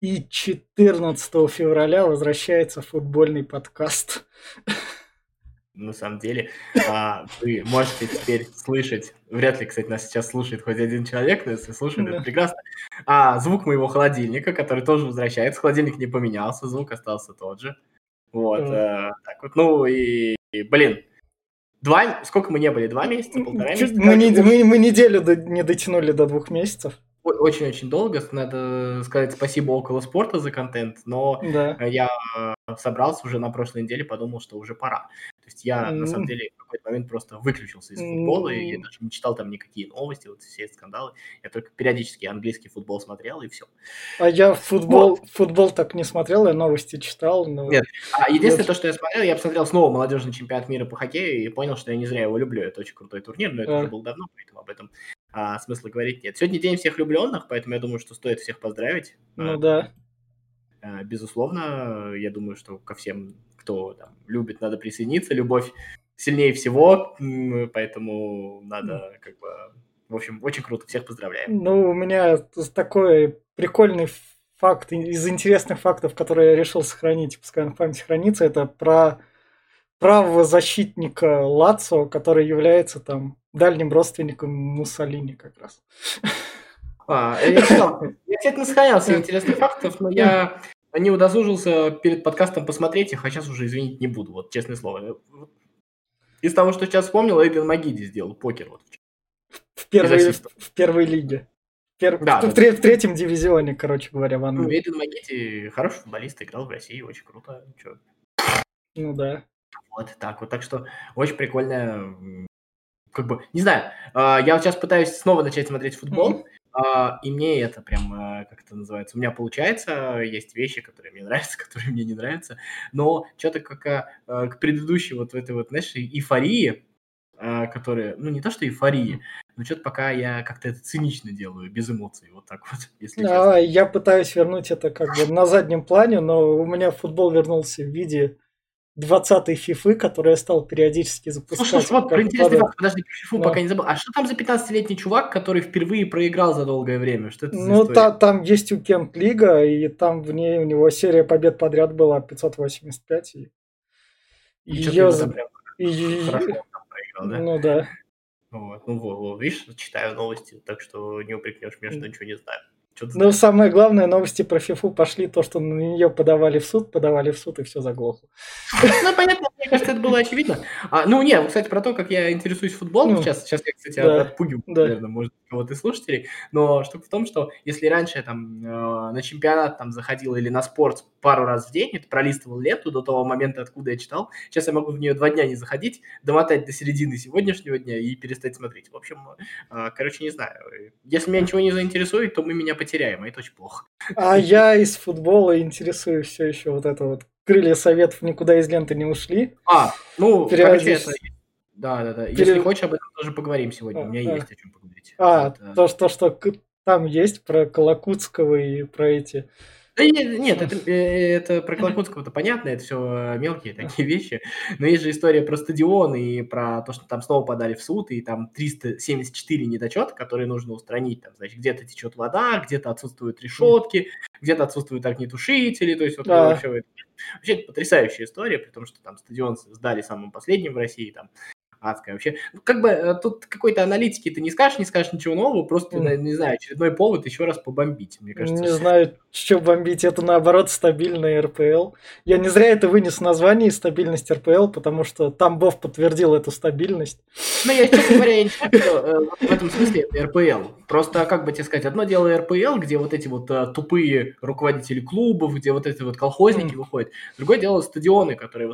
И 14 февраля возвращается футбольный подкаст. На самом деле, вы можете теперь слышать, вряд ли, кстати, нас сейчас слушает хоть один человек, но если слушает, это Да. прекрасно, звук моего холодильника, который тоже возвращается. Холодильник не поменялся, звук остался тот же. Вот, так вот. Ну и блин, сколько мы не были? 2 месяца, полтора месяца? Мы, Короче, мы неделю не дотянули до 2 месяцев. очень-очень долго. Надо сказать спасибо Около Спорта за контент, но Да. я собрался уже на прошлой неделе, подумал, что уже пора. То есть я, на самом деле, в какой-то момент просто выключился из футбола, и я даже не читал там никакие новости, вот все эти скандалы. Я только периодически английский футбол смотрел, и все. А я Вот. футбол так не смотрел, я новости читал. Но... Нет, единственное то, что я смотрел, я посмотрел снова молодежный чемпионат мира по хоккею и понял, что я не зря его люблю. Это очень крутой турнир, но это уже было давно, поэтому об этом смысла говорить нет. Сегодня день всех влюбленных, поэтому я думаю, что стоит всех поздравить. Ну да. Безусловно, я думаю, что ко всем, кто там любит, надо присоединиться. Любовь сильнее всего, поэтому надо как бы... В общем, очень круто, всех поздравляем. Ну, у меня такой прикольный факт из интересных фактов, которые я решил сохранить, пускай на память хранится, это про правого защитника Лацио, который является там дальним родственником Муссолини как раз. Я читал. Я, кстати, сохранялся интересных фактов, но я не удосужился перед подкастом посмотреть их, а сейчас уже извинить не буду, вот честное слово. Из того, что сейчас вспомнил, Эйден Магиди сделал покер. Вот. В первой лиге. В третьем дивизионе, короче говоря, в Англии. Эйден Магиди хороший футболист, играл в России, очень круто. Чё? Ну да. Вот так вот. Так что очень прикольно. Как бы, не знаю, я вот сейчас пытаюсь снова начать смотреть футбол, и мне это прям, как это называется, у меня получается, есть вещи, которые мне нравятся, которые мне не нравятся, но что-то как к предыдущей вот этой вот, знаешь, эйфории, которая, ну, не то, что эйфории, но что-то пока я как-то это цинично делаю, без эмоций, вот так вот, если честно. Я пытаюсь вернуть это как бы на заднем плане, но у меня футбол вернулся в виде 20-й фифы, которую я стал периодически запускать. Слушай, вот про интересный факт, подожди, про фифу пока не забыл. А что там за 15-летний чувак, который впервые проиграл за долгое время? Что это за история? Там есть Уикенд Лига, и там в ней у него серия побед подряд была 585. И что-то ему там прям хорошо там проиграл, да? Ну да. Вот. Ну, видишь, читаю новости, так что не упрекнешь меня, что ничего не знаю. Ну, самое главное, новости про ФИФУ пошли, то, что на нее подавали в суд, и все заглохло. Ну, понятно, мне кажется, это было очевидно. Кстати, про то, как я интересуюсь футболом сейчас я, кстати, отпугиваю, наверное, может, кого-то из слушателей, но штука в том, что если раньше я там на чемпионат там заходил или на спорт пару раз в день, это пролистывал ленту до того момента, откуда я читал, сейчас я могу в нее 2 дня не заходить, домотать до середины сегодняшнего дня и перестать смотреть. В общем, короче, не знаю. Если меня ничего не заинтересует, то мы меня потеряем, а это очень плохо. А я из футбола интересуюсь все еще вот это вот. Крылья Советов никуда из ленты не ушли. Короче, это... Да. Если хочешь, об этом тоже поговорим сегодня. У меня есть о чем поговорить. То, что там есть про Колокутского и про эти... Да нет, это про Колокутского-то понятно, это все мелкие такие вещи, но есть же история про стадион и про то, что там снова подали в суд, и там 374 недочета, которые нужно устранить, там, значит, где-то течет вода, где-то отсутствуют решетки, где-то отсутствуют огнетушители, то есть вот все это. Вообще это потрясающая история, при том, что там стадион сдали самым последним в России, там адская вообще. Как бы тут какой-то аналитики ты не скажешь ничего нового, просто, не знаю, очередной повод еще раз побомбить, мне кажется. Не знаю, что бомбить, это наоборот стабильный РПЛ. Я не зря это вынес название «Стабильность РПЛ», потому что Тамбов подтвердил эту стабильность. Ну, я, честно говоря, я не знаю, в этом смысле это РПЛ. Просто, как бы тебе сказать, одно дело РПЛ, где вот эти вот тупые руководители клубов, где вот эти вот колхозники выходят. Другое дело стадионы, которые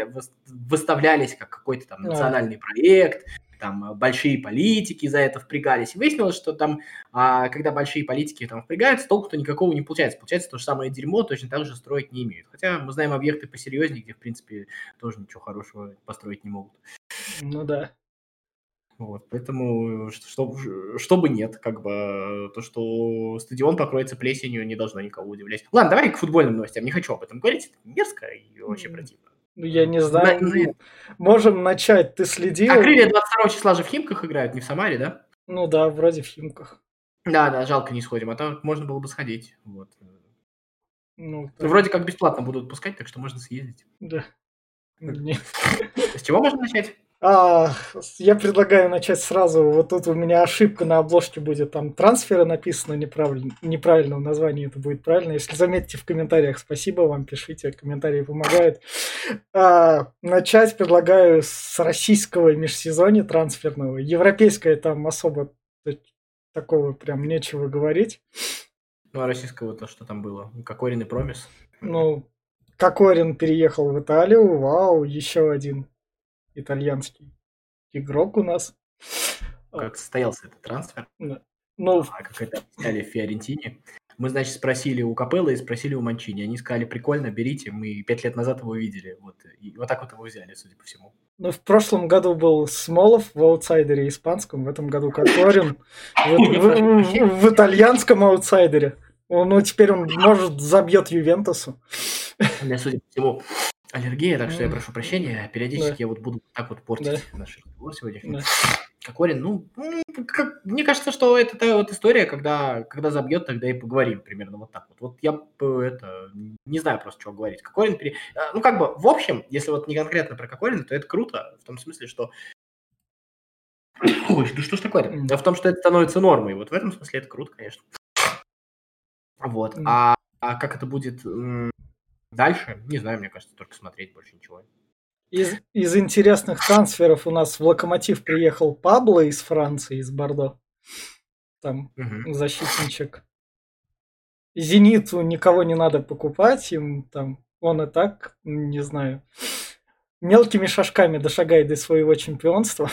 выставлялись как какой-то там национальный проект, там большие политики за это впрягались. И выяснилось, что там, когда большие политики там впрягаются, толку-то никакого не получается. Получается то же самое дерьмо, точно так же строить не имеют. Хотя мы знаем объекты посерьезнее, где, в принципе, тоже ничего хорошего построить не могут. Ну да. Вот, поэтому, чтобы нет, как бы, то, что стадион покроется плесенью, не должно никого удивлять. Ладно, давай к футбольным новостям, не хочу об этом говорить, это мерзко и вообще противно. Я не знаю, можем начать, ты следил? А крылья 22 числа же в Химках играют, не в Самаре, да? Ну да, вроде в Химках. Да, жалко не сходим, а то можно было бы сходить, вот. Ну, Вроде как бесплатно будут пускать, так что можно съездить. да. С чего можно начать? Я предлагаю начать сразу. Вот тут у меня ошибка на обложке будет. Там трансферы написано неправильно. Название это будет правильно. Если заметите в комментариях, спасибо вам, пишите. Комментарии помогают. Начать предлагаю с российского межсезонья трансферного. Европейское там особо такого прям нечего говорить. Ну, а российского то, что там было? Кокорин и Промис. Ну, Кокорин переехал в Италию. Вау, еще один итальянский игрок у нас. Как состоялся этот трансфер? Ну, как это объясняли в Фиорентине. Мы, значит, спросили у Капеллы и спросили у Манчини. Они сказали, прикольно, берите, мы 5 лет назад его видели. Вот, и вот так вот его взяли, судя по всему. в прошлом году был Смолов в аутсайдере испанском, в этом году Кокорин в итальянском аутсайдере. Теперь он, может, забьет Ювентусу. У меня, судя по всему, аллергия, так что я прошу прощения. Периодически я вот буду так вот портить наш разговор сегодняшний. Кокорин, мне кажется, что это та вот история, когда забьет, тогда и поговорим примерно вот так вот. Вот я не знаю просто, чего говорить. Кокорин, в общем, если вот не конкретно про Кокорина, то это круто, в том смысле, что... Ой, ну что ж такое-то? В том, что это становится нормой. Вот в этом смысле это круто, конечно. Вот. А как это будет дальше? Не знаю, мне кажется, только смотреть, больше ничего. Из интересных трансферов у нас в Локомотив приехал Пабло из Франции, из Бордо. Там защитничек. Зениту никого не надо покупать, им там он и так, не знаю, мелкими шажками дошагает до своего чемпионства.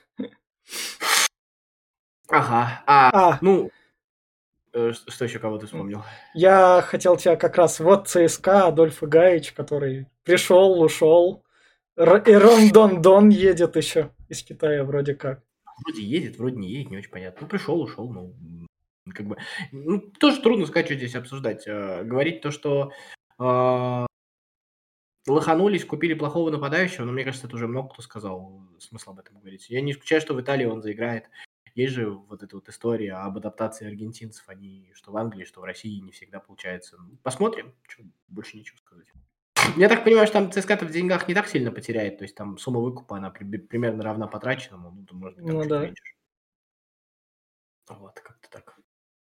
Ага. Что еще, кого ты вспомнил? Я хотел тебя как раз... Вот ЦСКА, Адольф Гаич, который пришел, ушел. Эрон Дон едет еще из Китая вроде как. Вроде едет, вроде не едет, не очень понятно. Ну, пришел, ушел, тоже трудно сказать, что здесь обсуждать. Говорить то, что лоханулись, купили плохого нападающего, но мне кажется, это уже много кто сказал, смысл об этом говорить. Я не исключаю, что в Италии он заиграет. Есть же вот эта вот история об адаптации аргентинцев, они что в Англии, что в России не всегда получается. Посмотрим, больше ничего сказать. Я так понимаю, что там ЦСКА-то в деньгах не так сильно потеряет, то есть там сумма выкупа, она примерно равна потраченному, может быть, там чуть меньше. Вот, как-то так.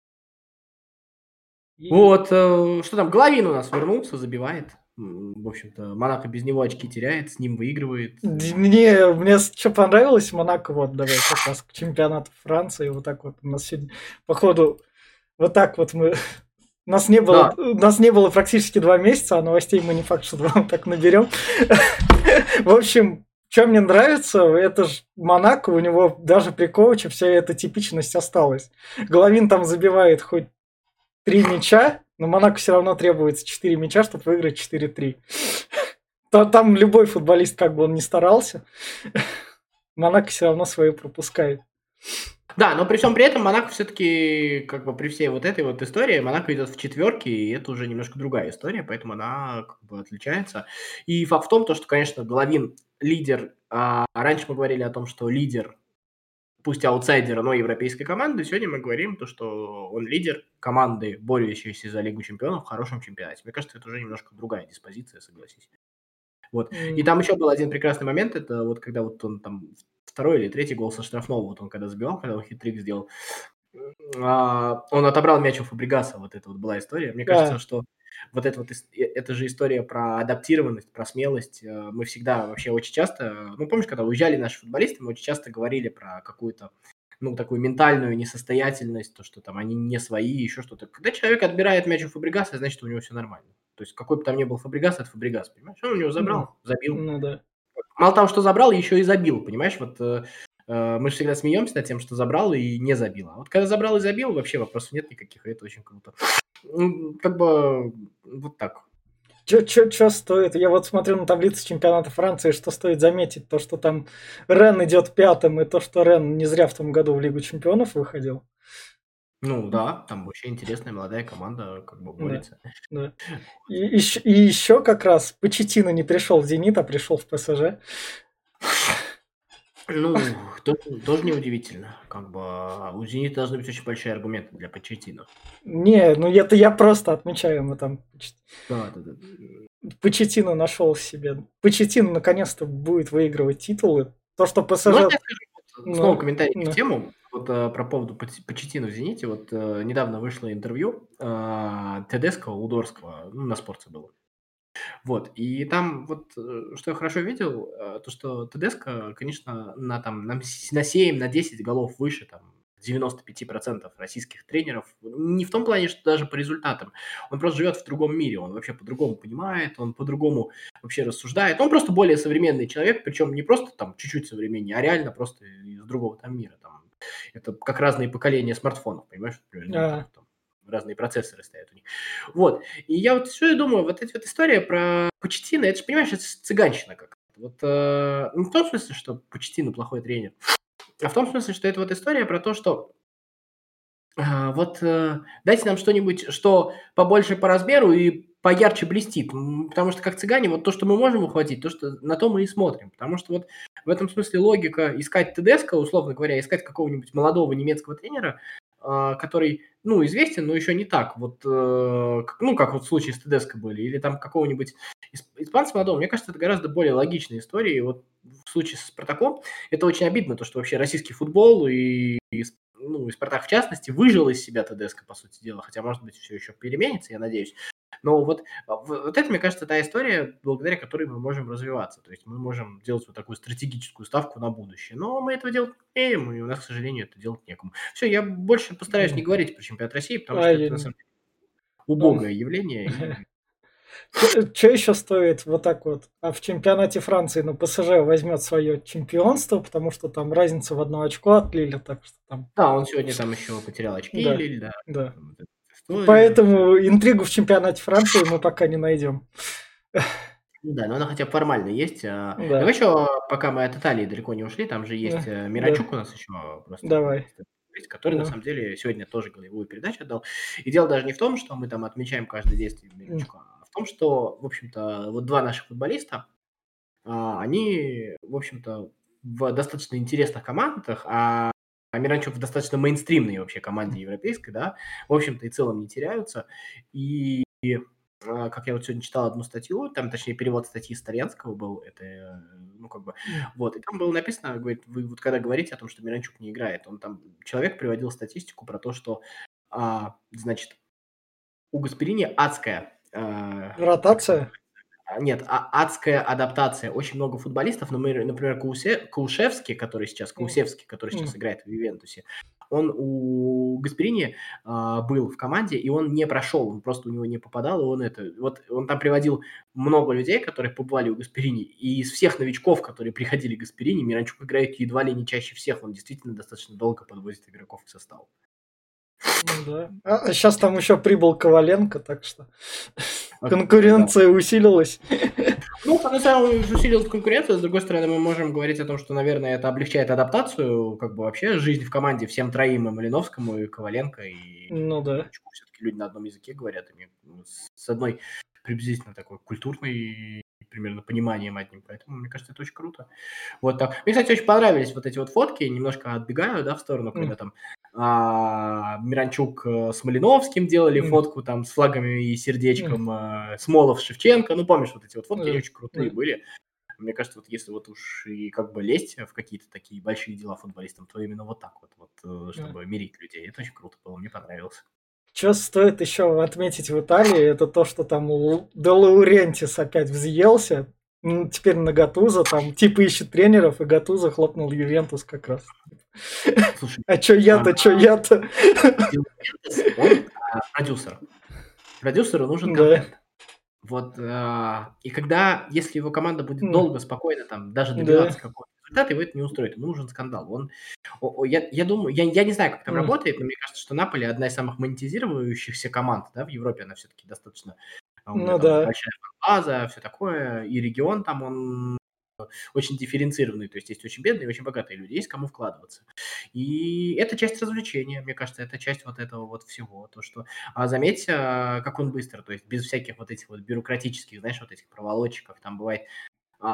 Вот, что там, Головин у нас вернулся, забивает. В общем-то, Монако без него очки теряет, с ним выигрывает. Мне что понравилось, Монако, вот, давай как раз к чемпионату Франции, вот так вот у нас сегодня, походу, вот так вот мы... Нас не было практически 2 месяца, а новостей мы не факт, что так наберем. В общем, что мне нравится, это же Монако, у него даже при коуче вся эта типичность осталась. Головин там забивает хоть 3 мяча, но Монако все равно требуется 4 мяча, чтобы выиграть 4-3. Там любой футболист, как бы он ни старался, Монако все равно свою пропускает. Да, но при всем при этом Монако все-таки, как бы при всей вот этой вот истории, Монако идет в четверке, и это уже немножко другая история, поэтому она как бы отличается. И факт в том, что, конечно, Головин лидер, а раньше мы говорили о том, что лидер, пусть аутсайдера, но европейской команды, сегодня мы говорим, то, что он лидер команды, борющейся за Лигу чемпионов в хорошем чемпионате. Мне кажется, это уже немножко другая диспозиция, согласись. Вот. И там еще был один прекрасный момент, это вот когда вот он там 2-й или 3-й гол со штрафного, вот он когда забивал, когда он хит-трик сделал, он отобрал мяч у Фабригаса, вот это вот была история. Мне кажется, что вот это же история про адаптированность, про смелость. Мы всегда вообще очень часто, помнишь, когда уезжали наши футболисты, мы очень часто говорили про какую-то, такую ментальную несостоятельность, то, что там они не свои, еще что-то. Когда человек отбирает мяч у Фабригаса, значит, у него все нормально. То есть какой бы там ни был Фабригас, это Фабригас, понимаешь? Он у него забрал, забил. Ну да. Мало того, что забрал, еще и забил, понимаешь? Вот мы же всегда смеемся над тем, что забрал и не забил. А вот когда забрал и забил, вообще вопросов нет никаких, и это очень круто. Как бы вот так. Что стоит? Я вот смотрю на таблицу чемпионата Франции, что стоит заметить, то, что там Рен идет 5-м, и то, что Рен не зря в том году в Лигу чемпионов выходил. Да, там вообще интересная молодая команда, как бы борется. Да. И еще как раз Почеттино не пришел в «Зенит», а пришел в ПСЖ. Ну, тоже неудивительно. Как бы у «Зенита» должны быть очень большие аргументы для Почеттино. Не, ну это я просто отмечаю, мы там Да. Почеттино нашел себе. Почеттино наконец-то будет выигрывать титулы. То, что Можно ПСЖ... я скажу, вот, снова Ну, комментарий не в ну, тему, вот про поводу Почеттино в «Зените». Вот недавно вышло интервью Тедеско Удорского, ну, на «Спорте» было. Вот, и там вот, что я хорошо видел, то, что Тедеско, конечно, на 7, на 10 голов выше там 95% российских тренеров. Не в том плане, что даже по результатам. Он просто живет в другом мире, он вообще по-другому понимает, он по-другому вообще рассуждает. Он просто более современный человек, причем не просто там чуть-чуть современнее, а реально просто из другого там мира. Там. Это как разные поколения смартфонов, понимаешь, примерно вот так а, вот. Там разные процессоры стоят у них. Вот. И я вот все и думаю, вот эти вот истории про Почеттино, это же, понимаешь, это цыганщина какая-то. Вот, не в том смысле, что Почеттино плохой тренер, а в том смысле, что это вот история про то, что дайте нам что-нибудь, что побольше по размеру и поярче блестит. Потому что как цыгане, вот то, что мы можем ухватить, то, что на то мы и смотрим. Потому что вот в этом смысле логика искать Тедеско, условно говоря, искать какого-нибудь молодого немецкого тренера, который, ну, известен, но еще не так. Вот, ну, как вот в случае с Тедеско были. Или там какого-нибудь испанца молодого. Мне кажется, это гораздо более логичная история. И вот в случае со «Спартаком» это очень обидно, то, что вообще российский футбол и «Спартак» в частности, выжил из себя Тедеско, по сути дела, хотя, может быть, все еще переменится, я надеюсь. Но вот это, мне кажется, та история, благодаря которой мы можем развиваться. То есть мы можем делать вот такую стратегическую ставку на будущее. Но мы этого делать не умеем, и у нас, к сожалению, это делать некому. Все, я больше постараюсь не говорить про чемпионат России, потому что это, на я... самом деле, убогое явление. Что еще стоит вот так вот? А в чемпионате Франции, ну, ПСЖ возьмет свое чемпионство, потому что там разница в одно очко от Лиля, так что там... Да, он сегодня там еще потерял очки, Да, Лиль, да. да. Вот эта история, всё. Поэтому интригу в чемпионате Франции мы пока не найдем. Ну да, но она хотя бы формально есть. Давай Да, еще, пока мы от Италии далеко не ушли, там же есть да, Миранчук у нас еще просто, давай. который на Ну, самом деле сегодня тоже голевую передачу отдал. И дело даже не в том, что мы там отмечаем каждое действие Миранчука, а в том, что, в общем-то, вот два наших футболиста, они, в общем-то, в достаточно интересных командах, а Миранчук в достаточно мейнстримной вообще команде европейской, да, в общем-то и целом не теряются. И как я вот сегодня читал одну статью, там, точнее, перевод статьи с итальянского был, это, ну, как бы, вот, и там было написано, говорит, вы вот когда говорите о том, что Миранчук не играет, он там, человек приводил статистику про то, что, значит, у Гасперини адская, как это ротация? называется, нет, адская адаптация. Очень много футболистов, например, М, Каусевский, который сейчас м. играет в Ювентусе, он у Гасперини был в команде, и он не прошел, он просто у него не попадал, и вот он там приводил много людей, которые побывали у Гасперини, и из всех новичков, которые приходили к Гасперини, Миранчук играет едва ли не чаще всех, он действительно достаточно долго подвозит игроков к составу. Ну да. А сейчас там еще прибыл Коваленко, так что Да. конкуренция усилилась. Ну, на самом деле, усилилась конкуренция. С другой стороны, мы можем говорить о том, что, наверное, это облегчает адаптацию, как бы вообще жизнь в команде всем троим, и Малиновскому, и Коваленко, Ну и да. Миранчуку. Все-таки люди на одном языке говорят, и с одной приблизительно такой культурной примерно пониманием одним. Поэтому, мне кажется, это очень круто. Вот так. Мне, кстати, очень понравились вот эти вот фотки. Немножко отбегаю, да, в сторону, когда М, там Миранчук с Малиновским делали м, фотку там с флагами и м, сердечком, Смолов, Шевченко. Ну, помнишь, вот эти вот фотки, они да, очень крутые да, были. Мне кажется, вот если вот уж и как бы лезть в какие-то такие большие дела футболистам, то именно вот так вот, да. чтобы мирить людей. Это очень круто было, мне понравилось. Что стоит еще отметить в Италии, это то, что там Де Лаурентис опять взъелся. Теперь на Гатузо, там типа ищет тренеров, и Гатузо хлопнул Ювентус как раз. Слушай, А чё а, я-то, чё я-то? Де Лаурентис, он продюсер. Продюсеру нужен Да, контент. Вот, и когда, если его команда будет м, долго, спокойно там даже да, добиваться какого-то результата, его это не устроит, ему нужен скандал. Я думаю, я не знаю, как там м, работает, но мне кажется, что Наполи одна из самых монетизирующихся команд, да, в Европе. Она все-таки достаточно, у нее ну там да. большая база, все такое, и регион там он очень дифференцированный, то есть очень бедные и очень богатые люди, есть кому вкладываться. И это часть развлечения, мне кажется, это часть вот этого вот всего. То, что, заметь, как он быстро, то есть без всяких вот этих вот бюрократических, знаешь, вот этих проволочек, там бывает, а,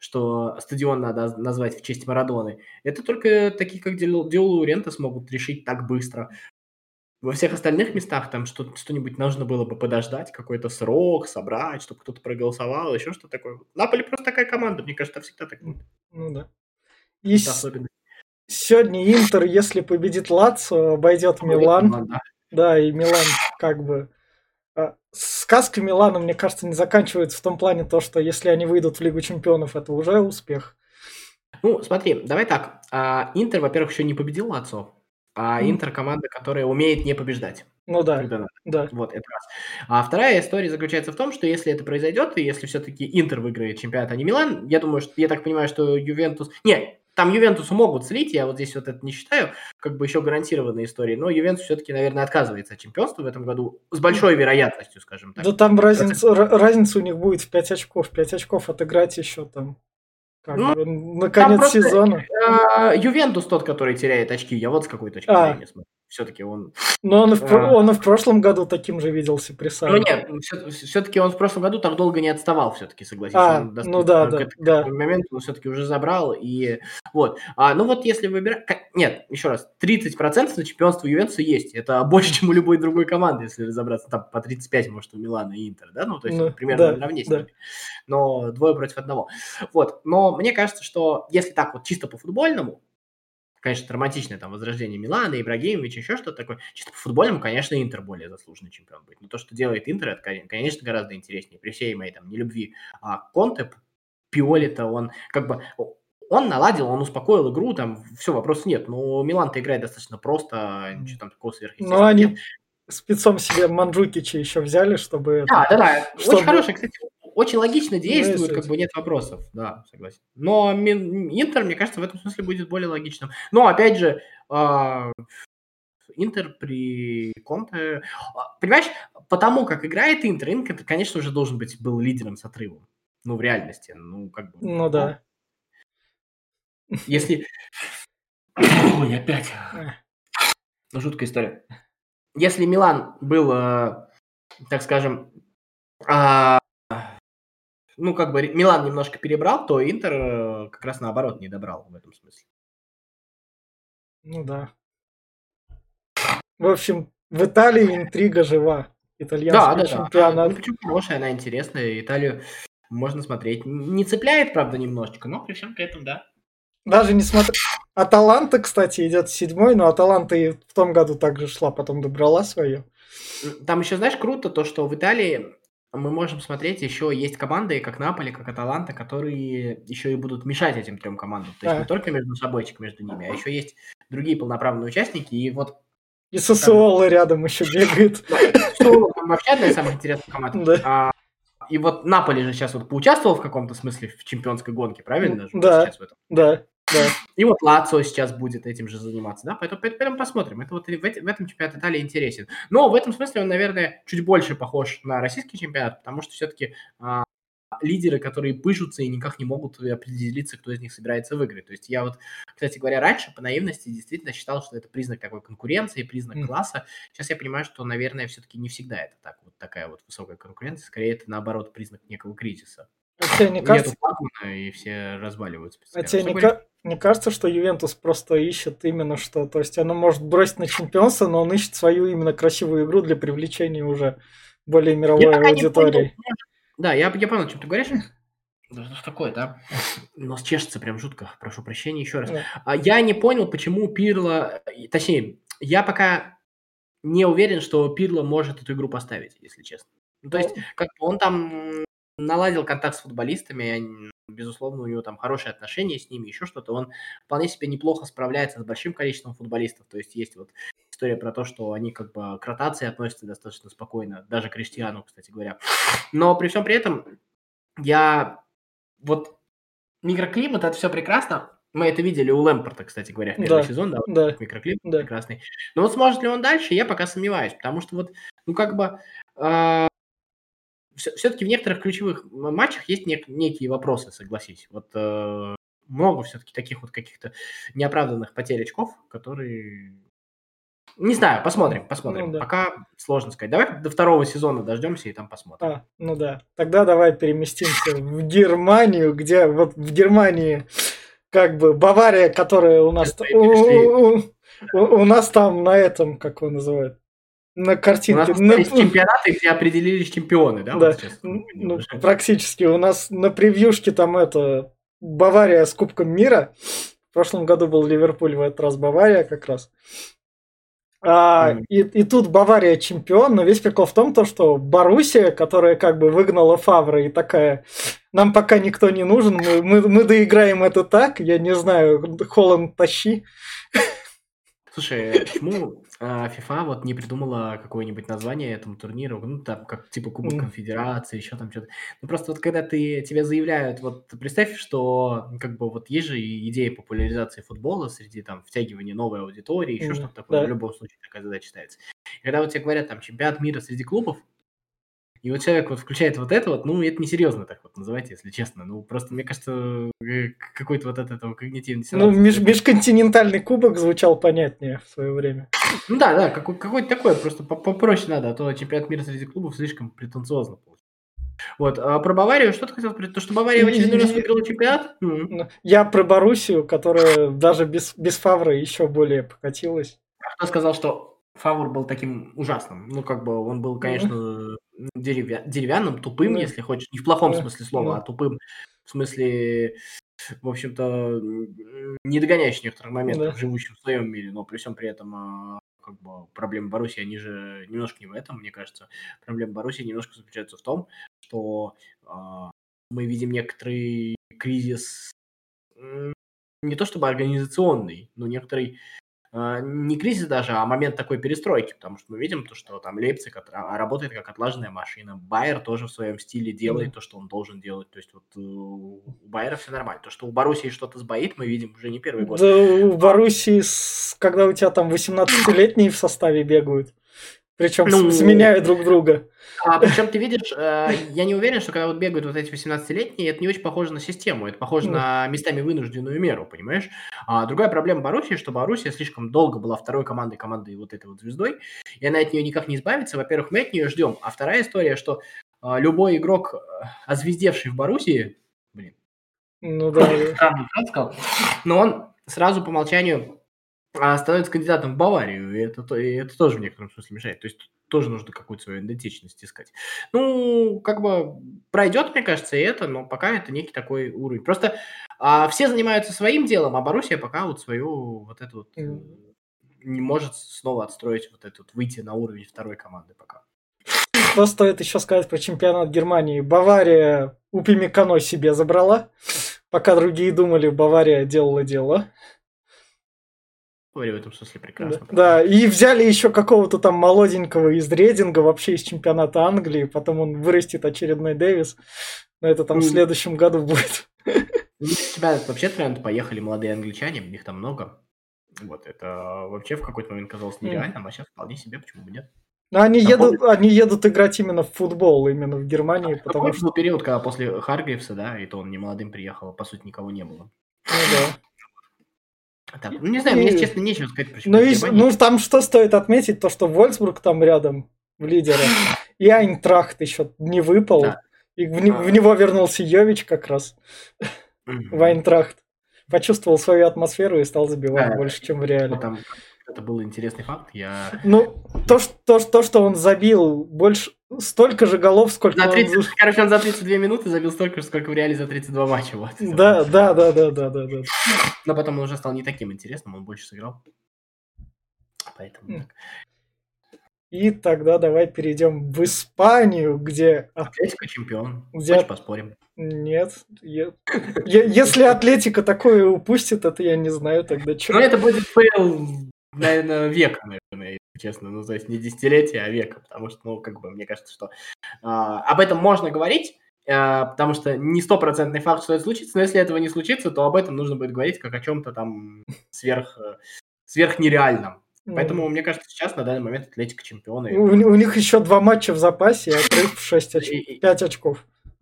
что стадион надо назвать в честь Марадоны. Это только такие, как Ди Лаурентис, смогут решить так быстро. Во всех остальных местах там что-нибудь нужно было бы подождать, какой-то срок, собрать, чтобы кто-то проголосовал, еще что такое. Наполе просто такая команда, мне кажется, всегда так будет. Ну да. И Это особенно. сегодня Интер, если победит Лацио, обойдет Милан. Да. Да, и Милан как бы... Сказка Милана, мне кажется, не заканчивается в том плане, то, что если они выйдут в Лигу Чемпионов, это уже успех. Ну, смотри, давай так. Интер, во-первых, еще не победил Лацио, а Интер команда, которая умеет не побеждать. Ну да, Когда надо. да. Вот, это раз. А вторая история заключается в том, что если это произойдет, и если все-таки Интер выиграет чемпионат, а не Милан, я думаю, что я так понимаю, что Ювентус... Не, там Ювентусу могут слить, я вот здесь вот это не считаю, как бы еще гарантированной историей, но Ювентус все-таки, наверное, отказывается от чемпионства в этом году с большой вероятностью, скажем так. Да там разница у них будет в 5 очков. 5 очков отыграть еще там. Как бы, на конец сезона. Ювентус тот, который теряет очки. Я вот с какой точки зрения смотрю. Все-таки он... Но он и в прошлом году таким же виделся при Саре. Ну нет, все-таки он в прошлом году так долго не отставал, все-таки, согласись. Ну да. К этому моменту он все-таки уже забрал. И вот. Ну вот если выбирать... Нет, еще раз. 30% на чемпионство Ювентуса есть. Это больше, чем у любой другой команды, если разобраться. Там по 35, может, у Милана и Интера, да? Ну, то есть примерно наравне с ними. Но 2 против 1. Вот. Но мне кажется, что если так вот чисто по-футбольному, конечно, романтичное там возрождение Милана, Ибрагимович, еще что-то такое. Чисто по-футбольному, конечно, Интер более заслуженный чемпион будет. Но то, что делает Интер, это, конечно, гораздо интереснее. При всей моей там нелюбви Конте, Пиоли-то он как бы... Он наладил, он успокоил игру, там все, вопросов нет. Но Милан-то играет достаточно просто, ничего там такого сверхъестественного. Ну, они спецом себе Манджукича еще взяли, чтобы... Да. Очень хороший, кстати, очень логично действует, как бы нет вопросов, да, согласен. Но Интер, мне кажется, в этом смысле будет более логичным. Но, опять же, Интер при Конте... Понимаешь, потому как играет Интер, конечно, уже должен быть был лидером с отрывом. Ну, в реальности. Ну, как бы... Ну, да. Если... Ой, опять. Жуткая история. Если Милан был, так скажем... Ну, как бы Милан немножко перебрал, то Интер как раз наоборот не добрал в этом смысле. Ну да. В общем, в Италии интрига жива. Итальянский чемпионат. Ну, почему хорошая, она интересная. Италию можно смотреть. Не цепляет, правда, немножечко, но при всем при этом, да. Даже не смотря... Аталанта, кстати, идет 7-й, но Аталанта и в том году также шла, потом добрала свое. Там еще, знаешь, круто то, что в Италии мы можем смотреть, еще есть команды, как Наполи, как Аталанта, которые еще и будут мешать этим 3 командам. То есть не только между собойчик между ними, а еще есть другие полноправные участники. И вот... И Сассуоло рядом еще бегает. Сассуоло вообще одна из самых интересных команд. Да. И вот Наполи же сейчас вот поучаствовал в каком-то смысле в чемпионской гонке, правильно? Да, да. И вот Лацио сейчас будет этим же заниматься, да? Поэтому посмотрим. Это вот в этом чемпионат Италии интересен. Но в этом смысле он, наверное, чуть больше похож на российский чемпионат, потому что все-таки лидеры, которые пыжутся и никак не могут определиться, кто из них собирается выиграть. То есть я вот, кстати говоря, раньше по наивности действительно считал, что это признак такой конкуренции, признак класса. Сейчас я понимаю, что, наверное, все-таки не всегда это так. Вот такая вот высокая конкуренция. Скорее, это, наоборот, признак некого кризиса. Не кажется... Нету флагмана, и все разваливаются. Не кажется, что Ювентус просто ищет именно что... То есть она может бросить на чемпионство, но он ищет свою именно красивую игру для привлечения уже более мировой аудитории. Да, я понял, о чем ты говоришь. Да что ж такое, да? Нос чешется прям жутко, прошу прощения еще раз. Я не понял, почему Пирло... Точнее, я пока не уверен, что Пирло может эту игру поставить, если честно. Ну, то есть, как он там наладил контакт с футболистами, безусловно, у него там хорошие отношения с ними, еще что-то. Он вполне себе неплохо справляется с большим количеством футболистов. То есть, есть вот история про то, что они как бы к ротации относятся достаточно спокойно, даже к Криштиану, кстати говоря. Но при всем при этом вот микроклимат, это все прекрасно. Мы это видели у Лэмпорта, кстати говоря, в первый сезон, да. Микроклимат прекрасный. Но вот сможет ли он дальше, я пока сомневаюсь, потому что вот, ну как бы, все-таки в некоторых ключевых матчах есть некие вопросы, согласись. Вот много все-таки таких вот каких-то неоправданных потерь очков, которые Не знаю, посмотрим. Ну да. Пока сложно сказать. Давай до второго сезона дождемся и там посмотрим. Ну да. Тогда давай переместимся в Германию, где вот в Германии как бы Бавария, которая у нас... Сейчас мы перешли. У нас там на этом, как его называют, на У нас картинке. остались чемпионаты, где определились чемпионы, да? Вот Да, сейчас. ну, практически. У нас на превьюшке там это Бавария с Кубком мира. В прошлом году был Ливерпуль, в этот раз Бавария как раз. И тут Бавария чемпион, но весь прикол в том, что Боруссия, которая как бы выгнала Фавра и такая, нам пока никто не нужен, мы доиграем это так, я не знаю, Холланд тащи. Слушай, почему FIFA вот не придумала какое-нибудь название этому турниру, ну, там, как типа Кубок Конфедерации, еще там что-то. Ну, просто вот когда тебе заявляют, вот представь, что как бы вот есть же идея популяризации футбола среди там втягивания новой аудитории, еще что-то такое, Да. в любом случае такая задача ставится. И когда вот тебе говорят там чемпионат мира среди клубов, и вот человек вот включает вот это вот, ну, это несерьезно так вот называть, если честно. Ну, просто, мне кажется, какой-то вот от этого когнитивный Ну, диссонанс. межконтинентальный кубок звучал понятнее в свое время. Ну да, какой-то такой, просто попроще надо, а то чемпионат мира среди клубов слишком претенциозно получится. Вот, а про Баварию что ты хотел сказать? То, что Бавария в очередной раз выиграла чемпионат? Я про Боруссию, которая даже без Фавра еще более покатилась. Кто сказал, что Фавр был таким ужасным? Ну, как бы он был, конечно, деревянным, тупым, если хочешь. Не в плохом смысле слова, а тупым в смысле, в общем-то, не догоняющий некоторых моментов, живущим в своем мире, но при всем при этом как бы проблемы Боруссии, они же немножко не в этом, мне кажется. Проблема Боруссии немножко заключается в том, что мы видим некоторый кризис, не то чтобы организационный, но некоторый не кризис даже, а момент такой перестройки, потому что мы видим то, что там Лейпциг работает как отлаженная машина, Байер тоже в своем стиле делает то, что он должен делать, то есть вот у Байера все нормально. То, что у Боруссии что-то сбоит, мы видим уже не первый год. Да, у Боруссии, когда у тебя там 18-летние в составе бегают, причем сменяя друг друга. Причем ты видишь, я не уверен, что когда вот бегают вот эти 18-летние, это не очень похоже на систему, это похоже на местами вынужденную меру, понимаешь? Другая проблема Боруссии, что Боруссия слишком долго была второй командой вот этой вот звездой, и она от нее никак не избавится. Во-первых, мы от нее ждем, а вторая история, что любой игрок, озвездевший в Боруссии, ну да, сказал, но он сразу по умолчанию становится кандидатом в Баварию, и это тоже в некотором смысле мешает. То есть тоже нужно какую-то свою идентичность искать. Ну, как бы пройдет, мне кажется, и это, но пока это некий такой уровень. Просто все занимаются своим делом, а Боруссия пока вот свою вот эту вот не может снова отстроить вот этот, выйти на уровень второй команды пока. Что стоит еще сказать про чемпионат Германии? Бавария Упамекано себе забрала, пока другие думали, Бавария делала дело. В этом смысле прекрасно. Да, и взяли еще какого-то там молоденького из Рединга, вообще из чемпионата Англии, потом он вырастет очередной Дэвис, но это там в следующем году будет. У тебя вообще тренд поехали молодые англичане, их там много. Вот, это вообще в какой-то момент казалось нереальным, а сейчас вполне себе, почему бы нет. Но они едут играть имно в футбол, именно в Германии, потому что... был период, когда после Харгрейвса, да, и то он не молодым приехал, по сути, никого не было. Ну да. Так, ну не знаю, мне, честно, нечего сказать про Германию. Ну, там что стоит отметить, то, что Вольсбург там рядом в лидерах, и Айнтрахт еще не выпал, да. И в него вернулся Йович как раз, в Айнтрахт. Почувствовал свою атмосферу и стал забивать больше, чем в реале. Там, это был интересный факт. Ну, то, что он забил больше, столько же голов, сколько Короче, он за 32 минуты забил столько же, сколько в реале за 32 матча. Вот. Да. Но потом он уже стал не таким интересным, он больше сыграл. Поэтому так. И тогда давай перейдем в Испанию, где... Атлетико чемпион. Где... Хочешь поспорим? Нет. Если Атлетико такое упустит, это я не знаю тогда что. Ну, это будет фейл, наверное, века, наверное, честно. Ну, то есть не десятилетия, а века. Потому что, ну, как бы, мне кажется, что об этом можно говорить, потому что не стопроцентный факт, что это случится, но если этого не случится, то об этом нужно будет говорить как о чем-то там сверхнереальном. Поэтому, мне кажется, сейчас на данный момент Атлетико чемпионы. У них еще 2 матча в запасе, отрыв 5 очков.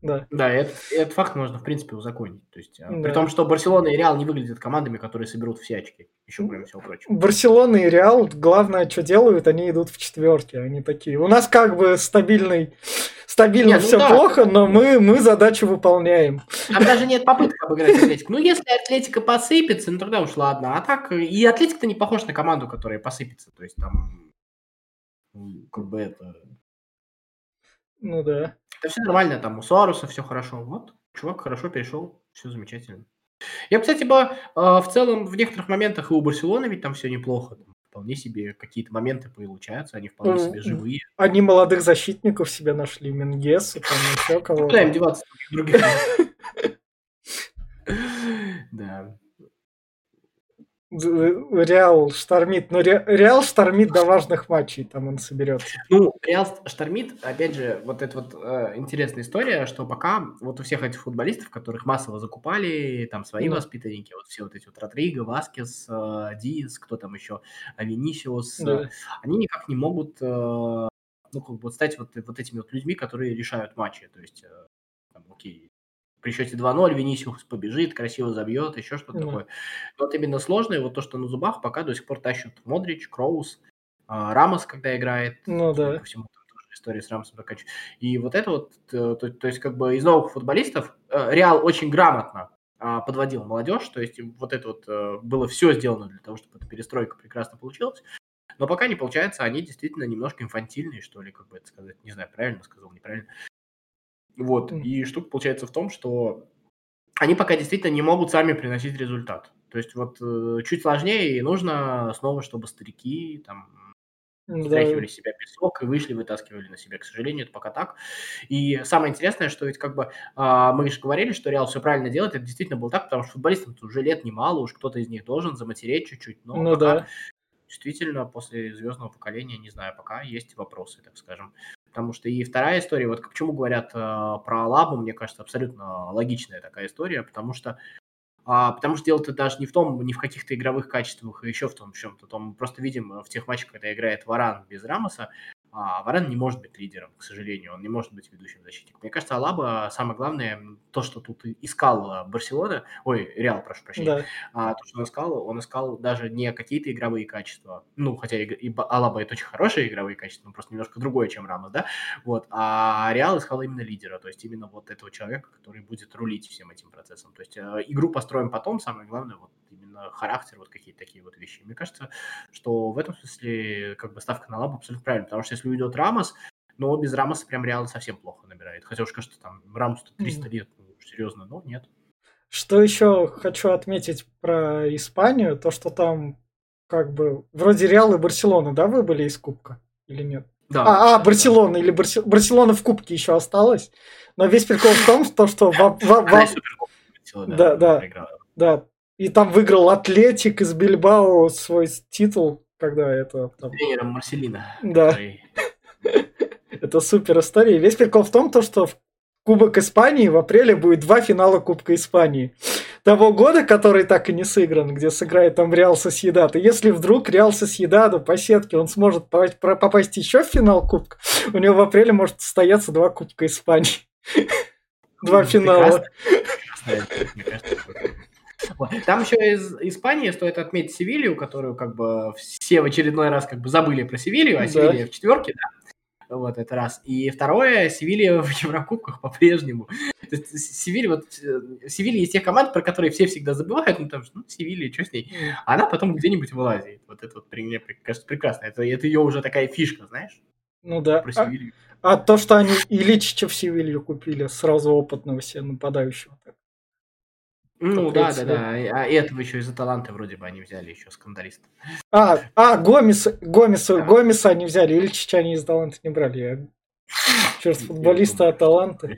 Да. Да, этот факт можно, в принципе, узаконить. То есть, при Да. том, что Барселона и Реал не выглядят командами, которые соберут все очки, еще кроме всего прочего. Барселона и Реал, главное, что делают, они идут в четверке. Они такие. У нас как бы стабильно Не, ну все да, плохо, но мы задачу выполняем. там даже нет попыток обыграть Атлетико. Ну, если Атлетико посыпется, ну тогда уж ладно. А так, и Атлетико-то не похож на команду, которая посыпется. То есть там, как бы Ну да. это все нормально, там у Суареса все хорошо. Вот, чувак хорошо перешел, все замечательно. Я, кстати, в целом в некоторых моментах и у Барселоны ведь там все неплохо. Там вполне себе какие-то моменты получаются, они вполне себе живые. Они молодых защитников себе нашли, Менгеса, там еще Куда им кого-то. деваться других? Да. Реал штормит. Но Реал штормит до важных матчей, там он соберется. Ну, Реал штормит, опять же, вот эта вот интересная история, что пока вот у всех этих футболистов, которых массово закупали, там свои Да. воспитанники, вот все вот эти вот Родриго, Васкес, Диас, кто там еще, Винисиус, Да. они никак не могут, ну, как бы вот стать вот этими вот людьми, которые решают матчи. То есть, там, окей, при счете 2-0 Винисиус побежит, красиво забьет, еще что-то Да. такое. Но вот именно сложное, вот то, что на зубах, пока до сих пор тащат Модрич, Кроус, Рамос, когда играет, Ну судя да. по всему, там тоже история с Рамосом заканчивается. И вот это вот, то есть как бы из новых футболистов Реал очень грамотно подводил молодежь, то есть вот это вот было все сделано для того, чтобы эта перестройка прекрасно получилась. Но пока не получается, они действительно немножко инфантильные, что ли, как бы это сказать. Не знаю, правильно сказал, неправильно. Вот, и штука получается в том, что они пока действительно не могут сами приносить результат. То есть вот чуть сложнее, и нужно снова, чтобы старики там стряхивали Да. с себя песок и вышли, вытаскивали на себя. К сожалению, это пока так. И самое интересное, что ведь как бы мы же говорили, что Реал все правильно делает, это действительно было так, потому что футболистам уже лет немало, уж кто-то из них должен заматереть чуть-чуть, но Ну пока да. действительно после звездного поколения, не знаю, пока есть вопросы, так скажем. Потому что и вторая история, вот к чему говорят про Алабу, мне кажется, абсолютно логичная такая история, потому что дело-то даже не в том, не в каких-то игровых качествах, и еще в том чем-то. То мы просто видим в тех матчах, когда играет Варан без Рамоса, Варан не может быть лидером, к сожалению, он не может быть ведущим защитником. Мне кажется, Алаба, самое главное, то, что тут искал Барселона, Реал, прошу прощения, Да. то, что он искал даже не какие-то игровые качества, ну, хотя Алаба это очень хорошие игровые качества, но просто немножко другое, чем Рамос, да, вот, а Реал искал именно лидера, то есть именно вот этого человека, который будет рулить всем этим процессом. То есть игру построим потом, самое главное, вот именно характер, вот какие-то такие вот вещи. Мне кажется, что в этом смысле как бы ставка на Лабу абсолютно правильно, потому что если уйдет Рамос, но без Рамоса прям Реал совсем плохо набирает. Хотя уж, кажется, там Рамосу 300 лет, ну, серьезно, но нет. Что еще хочу отметить про Испанию, то, что там как бы вроде Реал и Барселона, да, выбыли из Кубка или нет? Да. Барселона или Барселона в Кубке еще осталась. Но весь прикол в том, что Она и Суперкубок победила, да, проиграла. да. И там выиграл Атлетик из Бильбао свой титул, когда это там... Тренером Марселино. Да. Который... Это супер история. Весь прикол в том, что в Кубок Испании в апреле будет 2 финала Кубка Испании. Того года, который так и не сыгран, где сыграет там Реал Сосьедад. И если вдруг Реал Сосьедаду по сетке он сможет попасть еще в финал Кубка, у него в апреле может состояться 2 Кубка Испании. 2 финала. Мне кажется, там еще из Испании стоит отметить Севилью, которую как бы все в очередной раз как бы забыли про Севилью, а Севилья в четверке, да. Вот, это раз. И второе, Севилья в Еврокубках по-прежнему. То есть Севилья из тех команд, про которые все всегда забывают, ну, там, Севилья, что с ней? А она потом где-нибудь вылазит. Вот это вот, мне кажется, прекрасно. Это ее уже такая фишка, знаешь? Ну да. Про Севилью. А то, что они Ильичича в Севилью купили, сразу опытного себе нападающего. Ну, да. А этого еще из Аталанты вроде бы они взяли еще скандалиста. Гомеса они взяли. Ильичича они из Аталанты не брали. Черт, футболиста Аталанты.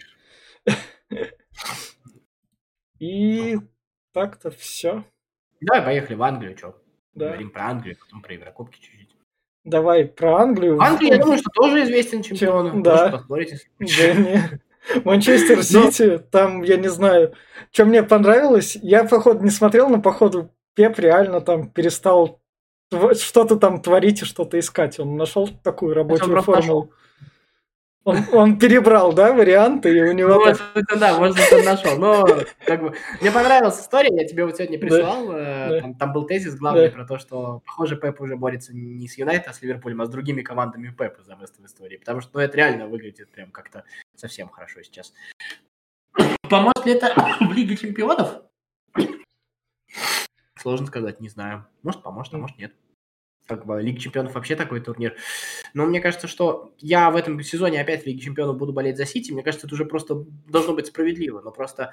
И так-то все. Давай поехали в Англию, что? Да. Говорим про Англию, потом про Еврокубки чуть-чуть. Давай про Англию. В Англии, я думаю, что тоже известен чемпион. Да. Можешь поспорить, если хочешь. Манчестер Сити, там, я не знаю, что мне понравилось. Я, походу, не смотрел, но, походу, Пеп реально там перестал что-то там творить и что-то искать. Он нашел такую рабочую формулу. Он перебрал, да, варианты, и у него Ну, так... да, может быть, он нашел. Но как бы мне понравилась история, я тебе вот сегодня Да, прислал. да, Там был тезис главный да. про то, что, похоже, Пеп уже борется не с Юнайтед, а с Ливерпулем, а с другими командами Пепа за место в истории. Потому что, ну, это реально выглядит прям как-то совсем хорошо сейчас. Поможет ли это в Лиге Чемпионов? Сложно сказать, не знаю. Может, поможет, а может, нет. Как бы Лига Чемпионов вообще такой турнир. Но мне кажется, что я в этом сезоне опять в Лиге Чемпионов буду болеть за Сити. Мне кажется, это уже просто должно быть справедливо. Но просто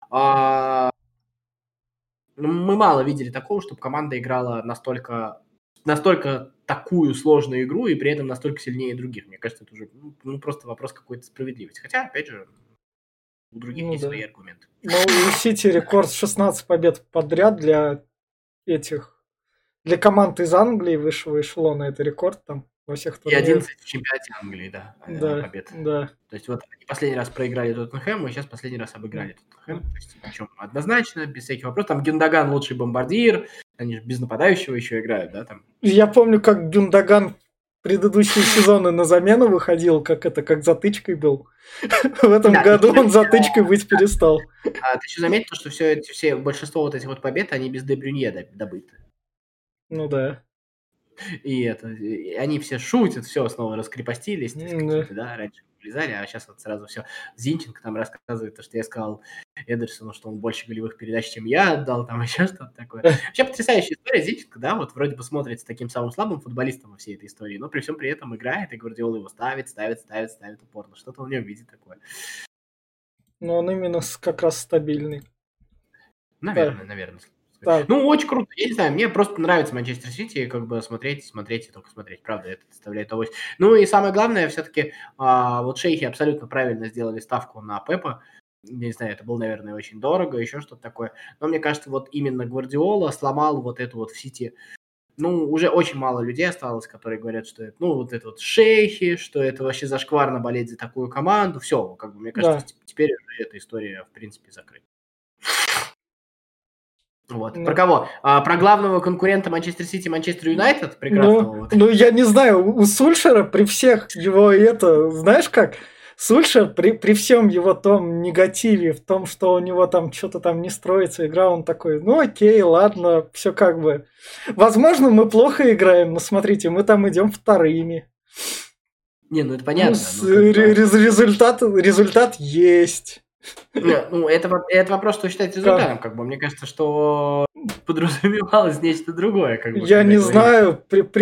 мы мало видели такого, чтобы команда играла настолько такую сложную игру и при этом настолько сильнее других. Мне кажется, это уже просто вопрос какой-то справедливости. Хотя, опять же, у других Ну есть свои да. аргументы. Ну, у Сити рекорд 16 побед подряд для команд из Англии высшего эшелона. Это рекорд там во всех И турнирах. 11 в чемпионате Англии, да, Да, побед. да. То есть вот они последний раз проиграли Тоттенхэму, и сейчас последний раз обыграли Тоттенхэм. То есть, причем однозначно, без всяких вопросов. Там Гюндоган лучший бомбардир, они же без нападающего еще играют, да, там. Я помню, как Гюндоган предыдущие сезоны на замену выходил, как затычкой был. В этом Да, году ты он затычкой быть перестал. ты еще заметил, что большинство вот этих вот побед, они без Де Брюнье добыты. Ну да. И они все шутят, все, снова раскрепостились, то есть Да. какие-то, да, раньше влезали, а сейчас вот сразу все. Зинченко там рассказывает, то, что я сказал Эдерсону, что он больше голевых передач, чем я отдал, там еще что-то такое. Вообще потрясающая история. Зинченко, да, вот вроде бы смотрится таким самым слабым футболистом во всей этой истории, но при всем при этом играет, и Гвардиола его ставит упорно. Что-то в нем видит такое. Но он именно как раз стабильный. Наверное. Так. Ну, очень круто. Я не знаю, мне просто нравится Манчестер Сити, как бы смотреть и только смотреть. Правда, это доставляет удовольствие. Ну и самое главное, все-таки вот шейхи абсолютно правильно сделали ставку на Пепа. Не знаю, это было, наверное, очень дорого, еще что-то такое. Но мне кажется, вот именно Гвардиола сломал вот эту вот в Сити. Ну, уже очень мало людей осталось, которые говорят, что это, ну, вот это вот шейхи, что это вообще зашкварно болеть за такую команду. Все, как бы, мне кажется, теперь уже эта история, в принципе, закрыта. Вот. Про кого? Про главного конкурента Манчестер Сити, Манчестер Юнайтед? Прекрасного. Ну, я не знаю, у Сульшера при всех его знаешь как? Сульшер при всем его том негативе, в том, что у него там что-то там не строится игра, он такой, ну окей, ладно, все как бы. Возможно, мы плохо играем, но смотрите, мы там идем вторыми. Не, ну это понятно. Результат есть. Ну, это вопрос, что считать результатом, как бы. Мне кажется, что подразумевалось нечто другое, как бы. Я не знаю,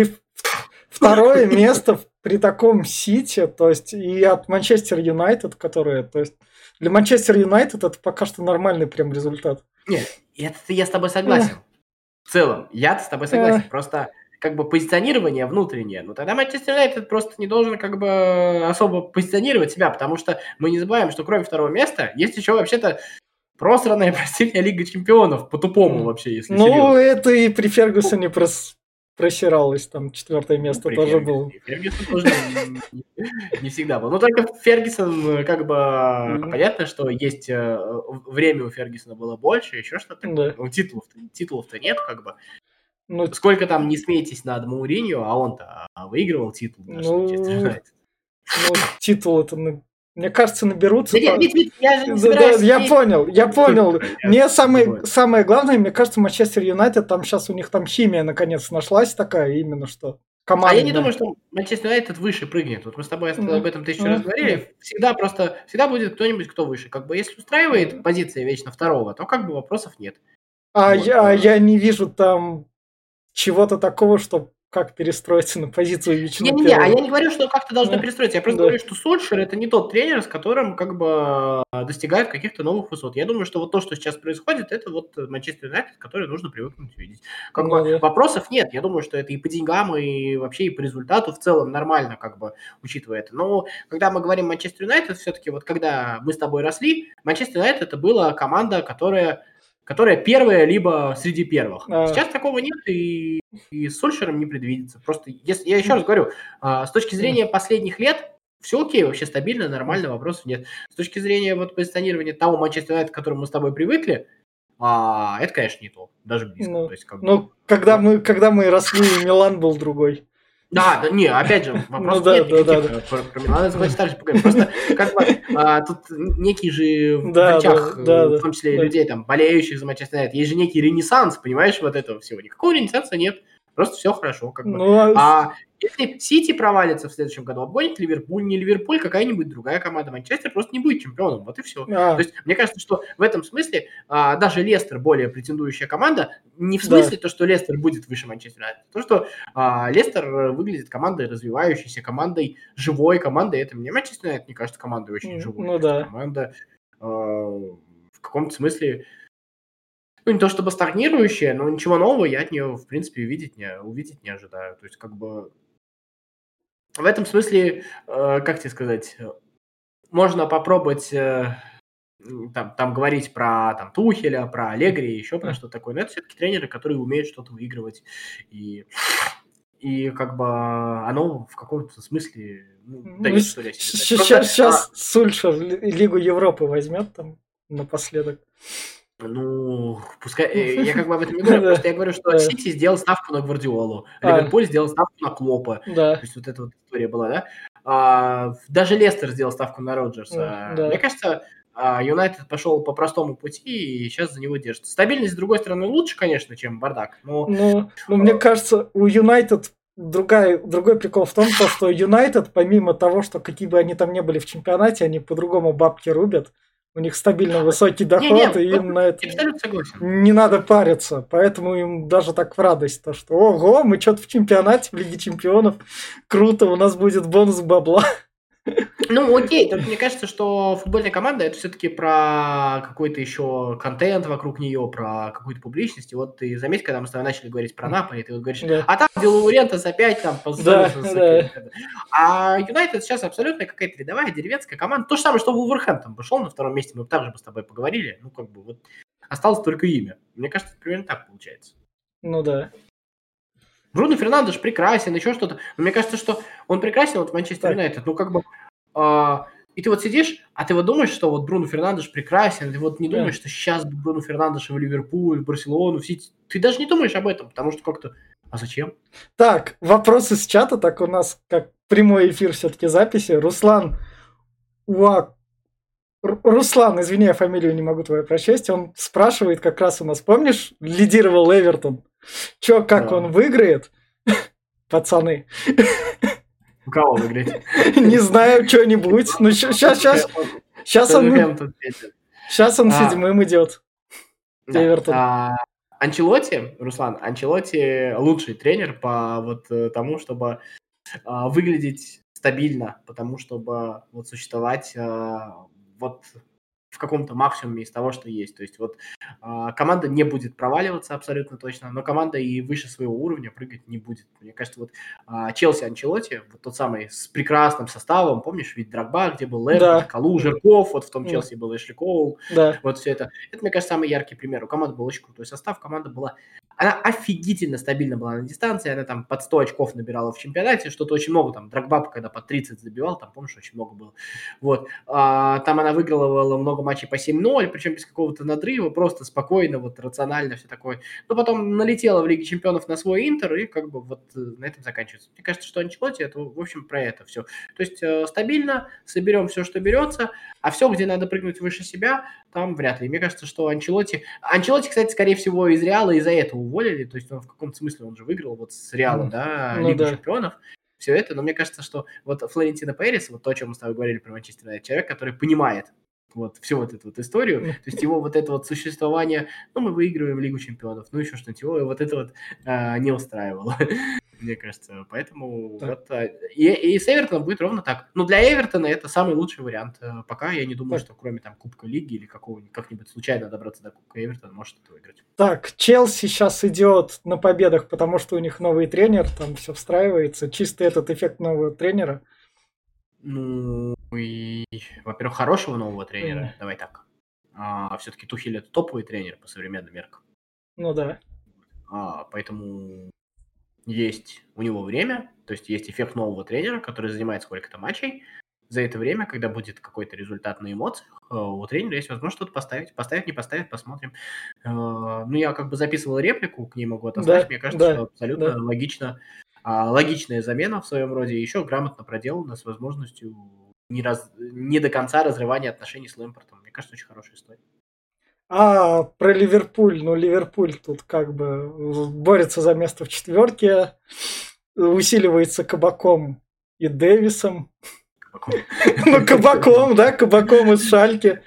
второе место при таком Сити, то есть и от Манчестер Юнайтед, которое, то есть для Манчестер Юнайтед это пока что нормальный прям результат. Нет, это я с тобой согласен. В целом, я с тобой согласен. Просто как бы позиционирование внутреннее. Но тогда Манчестер Юнайтед просто не должен как бы особо позиционировать себя, потому что мы не забываем, что кроме второго места есть еще вообще-то просранная, простите, Лига Чемпионов, по-тупому вообще, если серьезно. Ну, это и при Фергюсоне просиралось, там четвертое место тоже было. Фергюсон тоже не всегда был. Ну, только Фергюсон, как бы, понятно, что есть время у Фергюсона было больше, еще что-то. Ну, титулов-то нет, как бы. Сколько там не смейтесь над Мауриньо, а он-то выигрывал титул даже Манчестер Юнайтед. Ну, титул это, мне кажется, наберутся. Да нет, я же не собираюсь... Я понял. Мне самое главное, мне кажется, Манчестер Юнайтед, там сейчас у них там химия наконец нашлась такая, именно что команда. А я не думаю, что Манчестер Юнайтед выше прыгнет. Вот мы с тобой об этом тысячу раз говорили. Всегда будет кто-нибудь, кто выше. Как бы, если устраивает позиция вечно второго, то как бы вопросов нет. Я не вижу там чего-то такого, что как перестроиться на позицию вечного первого. Не-не-не, я не говорю, что как-то должно перестроиться. Я просто говорю, что Сульшер – это не тот тренер, с которым как бы достигают каких-то новых высот. Я думаю, что вот то, что сейчас происходит, это вот Манчестер Юнайтед, который нужно привыкнуть видеть. Как бы вопросов нет. Я думаю, что это и по деньгам, и вообще и по результату в целом нормально, как бы, учитывая это. Но когда мы говорим Манчестер Юнайтед, все-таки вот когда мы с тобой росли, Манчестер Юнайтед – это была команда, которая первая, либо среди первых. Сейчас такого нет, и с Сульшером не предвидится. Просто, я еще раз говорю, с точки зрения последних лет, все окей, вообще стабильно, нормально, вопросов нет. С точки зрения вот позиционирования того Манчестер Юнайтед, к которому мы с тобой привыкли, это, конечно, не то, даже близко. То есть, когда мы росли, Милан был другой. Да, да, не, опять же, Ну вопросов да, нет да, да, никаких. Про Милана давайте так же поговорим. Просто как бы тут некий же в да, да, речах, да, в да, том числе и да. людей, там, болеющих за Манчестер Юнайтед, есть же некий ренессанс, понимаешь, вот этого всего. Никакого ренессанса нет. Просто все хорошо, как бы. Ну, А если Сити провалится в следующем году, обгонит Ливерпуль, не Ливерпуль, какая-нибудь другая команда. Манчестер просто не будет чемпионом. Вот и все. То а, есть, мне кажется, что в этом смысле даже Лестер более претендующая команда, не в да. смысле то, что Лестер будет выше Манчестер Юнайтед, то, что Лестер выглядит командой развивающейся, командой живой, командой. Это мне Манчестер Юнайтед, мне кажется, командой очень живой. Ну То есть да. команда в каком-то смысле, ну, не то чтобы стагнирующая, но ничего нового я от нее, в принципе, увидеть не ожидаю. То есть, как бы, в этом смысле, как тебе сказать, можно попробовать там говорить про там, Тухеля, про Аллегри, еще про что-то такое. Но это все-таки тренеры, которые умеют что-то выигрывать. И как бы оно в каком-то смысле Ну, дает, что ли, о себе знать. Просто, сейчас Сульшер Лигу Европы возьмет там напоследок. ну, пускай, я как бы об этом не говорю, Да, просто я говорю, что да. Сити сделал ставку на Гвардиолу, А, Ливерпуль сделал ставку на Клопа. То да, есть вот эта вот история была, да? Даже Лестер сделал ставку на Роджерса. Мне да. кажется, Юнайтед пошел по простому пути и сейчас за него держится. Стабильность, с другой стороны, лучше, конечно, чем бардак, но Ну, мне кажется, у Юнайтед другой прикол в том, то, что Юнайтед, помимо того, что какие бы они там не были в чемпионате, они по-другому бабки рубят. У них стабильно высокий не-не, доход, и вот им на это я абсолютно согласен. не надо париться. Поэтому им даже так в радость, то, что ого, мы что-то в чемпионате, в Лиге чемпионов, круто, у нас будет бонус бабла. Ну, окей, только мне кажется, что футбольная команда это все-таки про какой-то еще контент вокруг нее, про какую-то публичность. И вот ты заметь, когда мы с тобой начали говорить про Наполи, ты вот говоришь, Да, а там Ди Лаурентис опять там да, поссорился с да. А Юнайтед сейчас абсолютно какая-то рядовая деревенская команда. То же самое, что Вулверхэмптон пошел на втором месте, мы бы также бы с тобой поговорили. Ну, как бы вот осталось только имя. Мне кажется, примерно так получается. Ну да. Бруно Фернандеш прекрасен, еще что-то. Но мне кажется, что он прекрасен вот в Манчестер Так, Юнайтед. Ну, как бы и ты вот сидишь, а ты вот думаешь, что вот Бруно Фернандеш прекрасен, ты вот не думаешь, что сейчас Бруно Фернандеш в Ливерпуль, в Барселону, в Сити. Ты даже не думаешь об этом, потому что как-то, а зачем? Так, вопрос из чата, так у нас как прямой эфир все-таки записи. Руслан, извини, я фамилию не могу твою прочесть, он спрашивает как раз у нас, помнишь, лидировал Эвертон? Чё, как он выиграет? Пацаны. У кого выиграть? Не знаю, что-нибудь. Ну, сейчас он седьмым идет. Эвертон. Анчелотти, Руслан, Анчелотти лучший тренер по вот тому, чтобы выглядеть стабильно, потому чтобы вот существовать вот в каком-то максимуме из того, что есть. То есть вот команда не будет проваливаться абсолютно точно, но команда и выше своего уровня прыгать не будет. Мне кажется, вот Челси Анчелотти, вот тот самый с прекрасным составом, помнишь, ведь Дрогба, где был Лэмпард, Да. Калу, Жирков, вот в том Да. Челси был Эшли Коул, Да. вот все это. Это, мне кажется, самый яркий пример. У команды был очень крутой состав, команда была она офигительно стабильно была на дистанции, она там под 100 очков набирала в чемпионате, что-то очень много, там, Дрогба, когда под 30 забивал, там, помнишь, очень много было. Вот. Там она выигрывала много матчей по 7-0, причем без какого-то надрыва, просто спокойно, вот, рационально, все такое. Но потом налетела в Лиге чемпионов на свой Интер, и как бы вот на этом заканчивается. Мне кажется, что Анчелотти, это, в общем, про это все. То есть стабильно, соберем все, что берется, а все, где надо прыгнуть выше себя, там вряд ли. Мне кажется, что Анчелотти, кстати, скорее всего, из Реала из-за этого уволили, то есть он в каком-то смысле, он же выиграл вот с Реалом, да, Ну Лигу да. чемпионов, все это, но мне кажется, что вот Флорентино Перес, вот то, о чем мы с тобой говорили про Манчестер Юнайтед, человек, который понимает вот всю вот эту вот историю, то есть его вот это вот существование, ну, мы выигрываем Лигу чемпионов, ну, еще что-нибудь, его вот это вот не устраивало. Мне кажется, поэтому Так. вот и с Эвертоном будет ровно так. Но для Эвертона это самый лучший вариант. Пока я не думаю, Так. что кроме там Кубка Лиги или какого-нибудь как-нибудь случайно добраться до Кубка, Эвертон может это выиграть. Так, Челси сейчас идет на победах, потому что у них новый тренер, там все встраивается. Чисто этот эффект нового тренера. Ну, и, во-первых, хорошего нового тренера, давай так. Все-таки Тухель это топовый тренер по современным меркам. Ну да. Поэтому есть у него время, то есть есть эффект нового тренера, который занимает сколько-то матчей. За это время, когда будет какой-то результат на эмоциях, у тренера есть возможность что-то поставить. Поставить, не поставить, посмотрим. Ну, я как бы записывал реплику, к ней могу отослать. Да, Мне кажется, да, что абсолютно да. логично логичная замена в своем роде, еще грамотно проделана с возможностью не до конца разрывания отношений с Лэмпортом. Мне кажется, очень хорошая история. А про Ливерпуль, ну Ливерпуль тут как бы борется за место в четверке, усиливается Кабаком и Дэвисом. Ну, Кабаком, да, Кабаком из Шальки.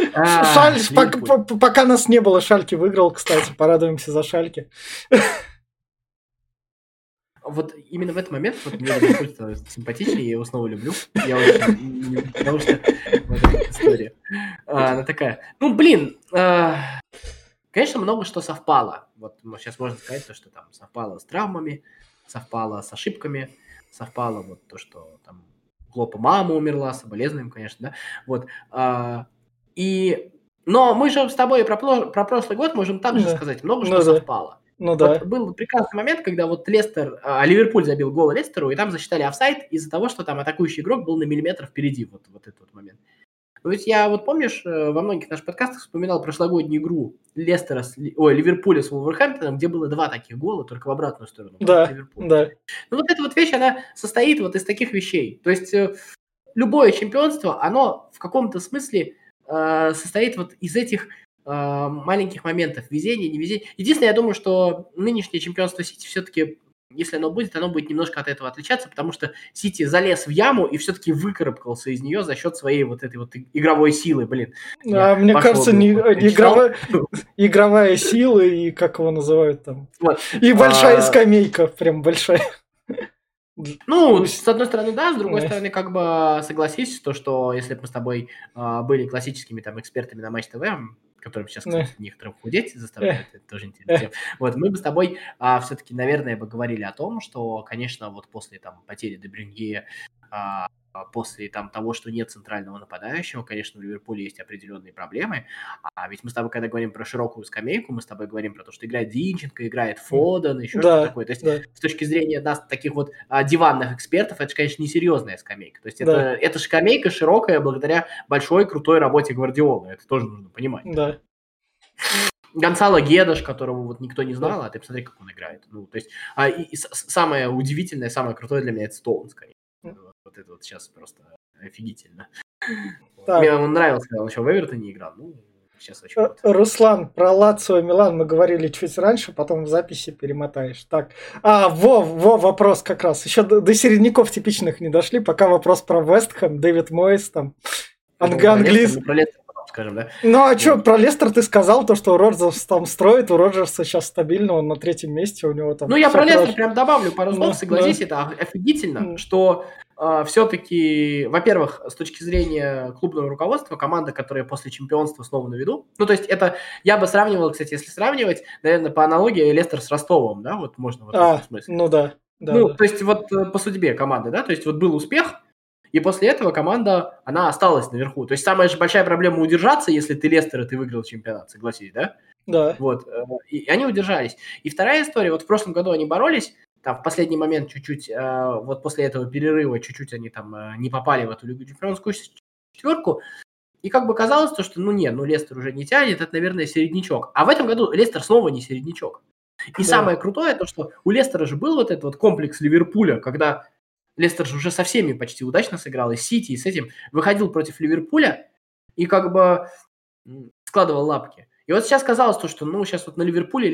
Пока нас не было, Шальки выиграл, кстати, порадуемся за Шальки. Вот именно в этот момент вот мне Ливерпуль становится симпатичнее, я его снова люблю. Я очень... Потому что вот эта история. Она такая... Ну, блин, конечно, много что совпало. Вот сейчас можно сказать, то, что там совпало с травмами, совпало с ошибками, совпало вот то, что там Клопа мама умерла, соболезнуем, конечно, да. Вот. Но мы же с тобой про прошлый год можем также сказать, много что совпало. Ну да. Вот был прекрасный момент, когда вот Ливерпуль забил гол Лестеру, и там засчитали офсайд из-за того, что там атакующий игрок был на миллиметр впереди, вот этот вот момент. То есть я вот, помнишь, во многих наших подкастах вспоминал прошлогоднюю игру Ливерпуля с Вулверхэмптоном, где было 2 таких гола, только в обратную сторону. Да. Ну вот эта вот вещь, она состоит вот из таких вещей. То есть любое чемпионство, оно в каком-то смысле состоит вот из этих маленьких моментов, везения, невезения. Единственное, я думаю, что нынешнее чемпионство Сити все-таки, если оно будет немножко от этого отличаться, потому что Сити залез в яму и все-таки выкарабкался из нее за счет своей вот этой вот игровой силы, блин. Мне кажется, игровая сила и как его называют там. И большая скамейка, прям большая. Ну, с одной стороны, да, с другой стороны, как бы согласись, что если бы мы с тобой были классическими там экспертами на Матч ТВ, которым сейчас, кстати, некоторых худеть заставляют, это тоже интересно. Вот, мы бы с тобой все-таки, наверное, бы говорили о том, что, конечно, вот после там потери Де Брюйне, после там того, что нет центрального нападающего, конечно, у Ливерпуля есть определенные проблемы. А ведь мы с тобой, когда говорим про широкую скамейку, мы с тобой говорим про то, что играет Зинченко, играет Фоден, еще что-то такое. То есть с точки зрения нас, таких вот диванных экспертов, это же, конечно, несерьезная скамейка. То есть это скамейка широкая благодаря большой, крутой работе Гвардиолы. Это тоже нужно понимать. Да. Гонсало Гедаш, которого вот никто не знал, а ты посмотри, как он играет. Ну, то есть, и самое удивительное, самое крутое для меня — это Стоунс, конечно. Вот это вот сейчас просто офигительно. Мне он нравился, когда он еще в Эвертоне играл. Ну, сейчас очень круто. Руслан, про Лацио и Милан мы говорили чуть раньше, потом в записи перемотаешь. Так, вопрос как раз. Еще до середняков типичных не дошли, пока вопрос про Вестхэм, Дэвид Мойс, там, английский. Про Лестер потом скажем, да? Ну, а что, про Лестер ты сказал, то, что Роджерс там строит, у Роджерса сейчас стабильно, он на 3-м месте, у него там... Ну, я про Лестер прям добавлю пару слов, согласись, это офигительно, что все-таки, во-первых, с точки зрения клубного руководства, команда, которая после чемпионства снова на виду, ну, то есть это, я бы сравнивал, кстати, если сравнивать, наверное, по аналогии Лестер с Ростовом, да, вот можно в этом смысле. Ну, да. То есть вот по судьбе команды, да, то есть вот был успех, и после этого команда, она осталась наверху. То есть самая же большая проблема удержаться, если ты Лестер, и ты выиграл чемпионат, согласись, да? Да. Вот, и они удержались. И вторая история, вот в прошлом году они боролись, там в последний момент чуть-чуть, вот после этого перерыва чуть-чуть они там не попали в эту Лигу чемпионскую четверку, и как бы казалось, то, что Лестер уже не тянет, это, наверное, середнячок. А в этом году Лестер снова не середнячок. И самое крутое то, что у Лестера же был вот этот вот комплекс Ливерпуля, когда Лестер же уже со всеми почти удачно сыграл, и с Сити, и с этим, выходил против Ливерпуля и как бы складывал лапки. И вот сейчас казалось то, что, сейчас вот на Лестере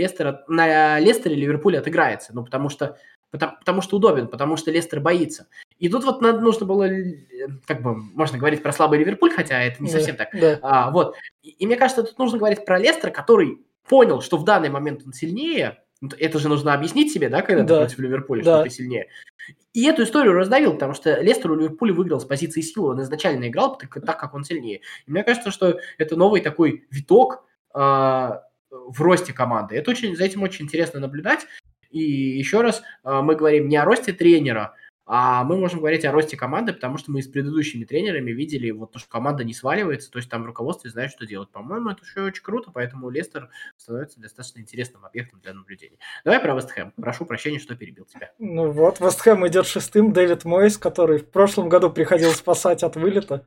Ливерпуль отыграется, потому что удобен, потому что Лестер боится. И тут вот нужно было, как бы, можно говорить про слабый Ливерпуль, хотя это не совсем так. Да. Вот. И мне кажется, тут нужно говорить про Лестер, который понял, что в данный момент он сильнее. Это же нужно объяснить себе, да, когда ты против Ливерпуля, что ты сильнее. И эту историю раздавил, потому что Лестер у Ливерпуля выиграл с позиции силы. Он изначально играл так, как он сильнее. И мне кажется, что это новый такой виток в росте команды. За этим очень интересно наблюдать. И еще раз, мы говорим не о росте тренера, а мы можем говорить о росте команды, потому что мы с предыдущими тренерами видели, вот то, что команда не сваливается, то есть там в руководстве знают, что делать. По-моему, это все очень круто, поэтому Лестер становится достаточно интересным объектом для наблюдения. Давай про Вест Хэм. Прошу прощения, что перебил тебя. Ну вот, Вест Хэм идет 6-м, Дэвид Мойс, который в прошлом году приходил спасать от вылета.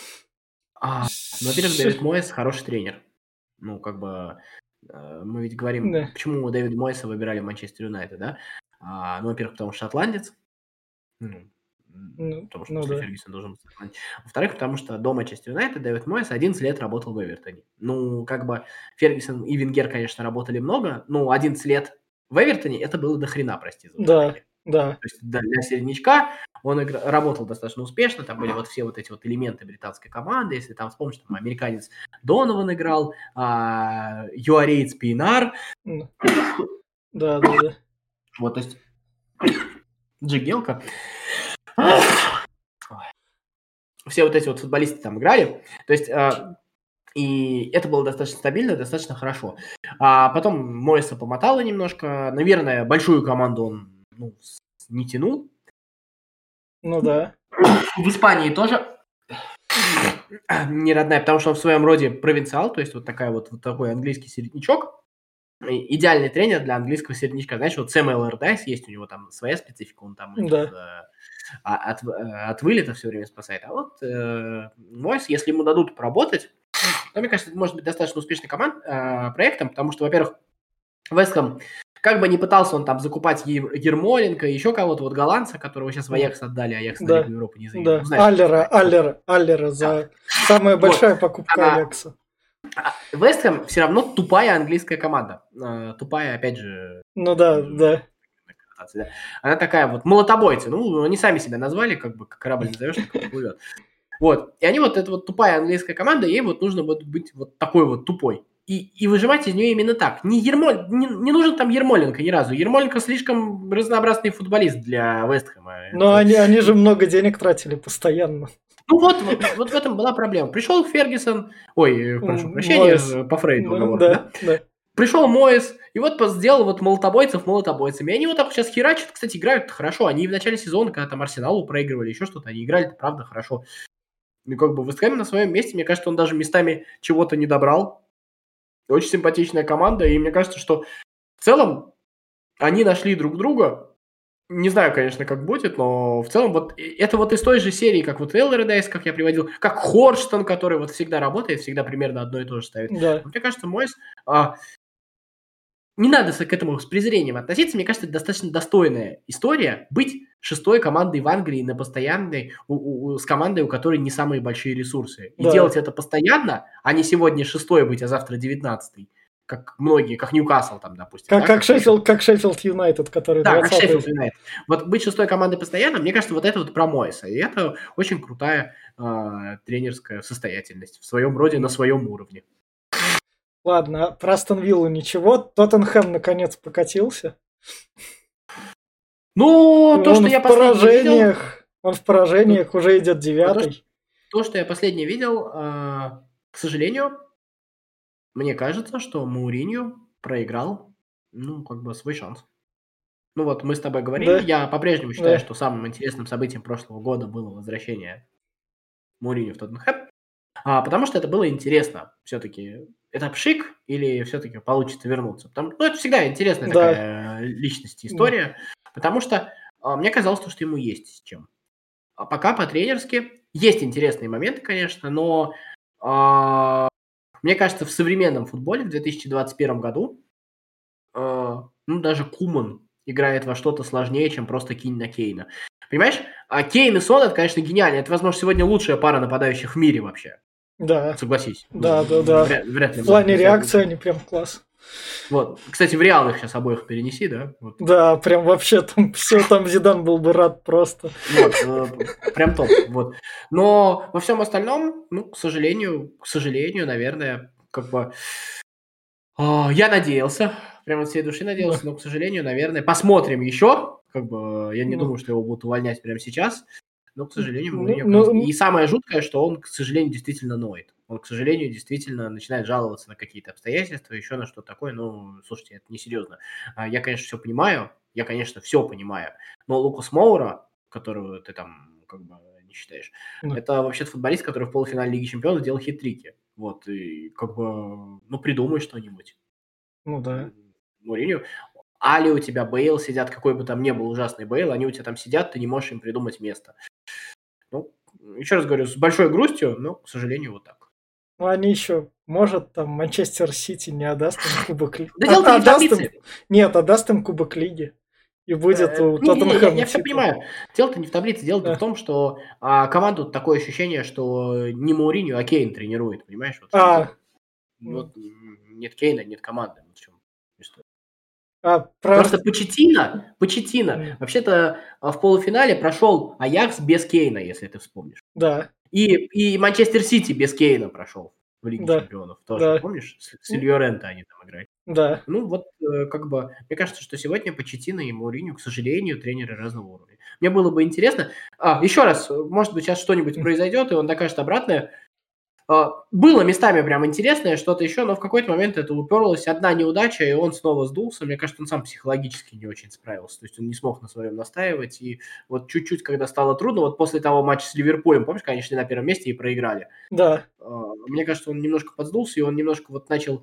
Во-первых, Дэвид Мойс хороший тренер. Мы ведь говорим, почему Дэвида Мойса выбирали в Манчестер Юнайтед, да? Ну, во-первых, потому что шотландец. Ну, Потому что ну после да. Фергюсона должен быть шотландец. Во-вторых, потому что до Манчестер Юнайтед Дэвид Мойс 11 лет работал в Эвертоне. Ну, как бы Фергюсон и Венгер, конечно, работали много, но 11 лет в Эвертоне это было до хрена, прости за Да, выражение. да. То есть для середнячка он работал достаточно успешно, там были вот все вот эти вот элементы британской команды, если там вспомнишь, там американец Донован играл, юареец Пейнар. Да, да, да. Вот, то есть Джигелка. Все вот эти вот футболисты там играли. То есть и это было достаточно стабильно, достаточно хорошо. А потом Мойса помотало немножко. Наверное, большую команду он не тянул. Ну да. В Испании тоже не родная, потому что он в своем роде провинциал, то есть вот такой английский середнячок. Идеальный тренер для английского середнячка. Знаешь, вот Сэм Эллардайс есть, у него там своя специфика, он там от вылета все время спасает. А вот Мойс, если ему дадут поработать, то, мне кажется, это может быть достаточно успешным проектом, потому что, во-первых, Вест Хэм, как бы не пытался он там закупать Ермоленко, еще кого-то, вот голландца, которого сейчас в Аякс отдали, Аякс на Лигу Европы не заявил. Да, Аллера за самая большая покупка Аякса. Вест Хэм все равно тупая английская команда. Тупая, опять же... Ну да, да. Она такая вот молотобойцы. Ну, они сами себя назвали, как бы корабль назовешь, так он плывет. Вот. И они вот, эта вот тупая английская команда, ей вот нужно быть вот такой вот тупой. И выжимать из нее именно так. Не нужен там Ермоленко ни разу. Ермоленко слишком разнообразный футболист для Вест Хэма. Но они же много денег тратили постоянно. Ну вот в этом была проблема. Пришел Фергюсон, прошу прощения, по Фрейду оговорка, да? Пришел Мойс, и вот сделал вот молотобойцев молотобойцами. И они вот так сейчас херачат, кстати, играют хорошо. Они в начале сезона, когда там Арсеналу проигрывали, еще что-то, они играли, правда, хорошо. И как бы Вест Хэм на своем месте, мне кажется, он даже местами чего-то не добрал. Очень симпатичная команда, и мне кажется, что в целом они нашли друг друга. Не знаю, конечно, как будет, но в целом вот это вот из той же серии, как вот Эллардайс, как я приводил, как Хорстон, который вот всегда работает, всегда примерно одно и то же ставит. Да. Мне кажется, Мойс... Не надо к этому с презрением относиться. Мне кажется, это достаточно достойная история быть шестой командой в Англии на постоянной, с командой, у которой не самые большие ресурсы. И делать это постоянно, а не сегодня шестой быть, а завтра 19-й. Как многие, как Ньюкасл там, допустим. Как Шеффилд Юнайтед, который 20-й. Да, как Шеффилд Юнайтед. Вот быть шестой командой постоянно, мне кажется, вот это вот про Мойса. И это очень крутая тренерская состоятельность в своем роде, на своем уровне. Ладно, про Астон Виллу ничего. Тоттенхэм наконец покатился. Ну, то, что я последнее видел... Он в поражениях уже идет 9-й. То, что я последнее видел, к сожалению, мне кажется, что Мауриньо проиграл, свой шанс. Ну вот, мы с тобой говорили, я по-прежнему считаю, что самым интересным событием прошлого года было возвращение Мауриньо в Тоттенхэм, потому что это было интересно. Все-таки это пшик или все-таки получится вернуться? Это всегда интересная такая личность, история, потому что мне казалось, что ему есть с чем. А пока по-тренерски есть интересные моменты, конечно, но мне кажется, в современном футболе в 2021 году даже Куман играет во что-то сложнее, чем просто кинь на Кейна. Понимаешь? А Кейн и Сон, это, конечно, гениально. Это, возможно, сегодня лучшая пара нападающих в мире вообще. Да. Согласись. Да. Вряд ли. В плане реакции они прям класс. Вот. Кстати, в Реал их сейчас обоих перенеси, да? Вот. Да, прям вообще там все, там Зидан был бы рад просто. Вот, прям топ. Вот. Но во всем остальном, к сожалению, наверное, как бы я надеялся, прямо от всей души надеялся, но, к сожалению, наверное, посмотрим еще. Я не думаю, что его будут увольнять прямо сейчас. Но, к сожалению, и самое жуткое, что он, к сожалению, действительно ноет. Он, к сожалению, действительно начинает жаловаться на какие-то обстоятельства, еще на что-то такое. Слушайте, это несерьезно. Я, конечно, все понимаю. Но Лукас Моура, которого ты там не считаешь, это вообще-то футболист, который в полуфинале Лиги Чемпионов делал хит-трики. Вот, и придумай что-нибудь. Ну да. Мourinho. Али у тебя Бейл сидят, какой бы там ни был ужасный Бейл, они у тебя там сидят, ты не можешь им придумать место. Еще раз говорю, с большой грустью, но, к сожалению, вот так. Они еще, может, там Манчестер Сити не отдаст им Кубок Лиги. Да дело-то не в таблице. Нет, отдаст им Кубок Лиги. и будет у Не-не-не, Тоттенхэма я все титул. понимаю. Дело-то не в таблице, дело-то в Да. том, что команду такое ощущение, что не Мауриньо, а Кейн тренирует, понимаешь, вот в чем А, дело. ну, Вот нет Кейна, нет команды, вот в чем история. про Просто Почеттино, м, вообще-то в полуфинале прошел Аякс без Кейна, если ты вспомнишь. да, И Манчестер Сити без Кейна прошел в Лиге да, Чемпионов тоже, да, помнишь? С Льоренто они там играли. да. Ну вот, как бы, мне кажется, что сегодня Почеттино и Мауриньо, к сожалению, тренеры разного уровня. Мне было бы интересно, еще раз, может быть, сейчас что-нибудь произойдет, и он докажет обратное. Было местами прям интересное, что-то еще, но в какой-то момент это уперлось. Одна неудача, и он снова сдулся. Мне кажется, он сам психологически не очень справился. То есть он не смог на своем настаивать. И вот чуть-чуть, когда стало трудно, вот после того матча с Ливерпулем, помнишь, когда они шли на первом месте и проиграли? Да, Мне кажется, он немножко подсдулся, и он немножко вот начал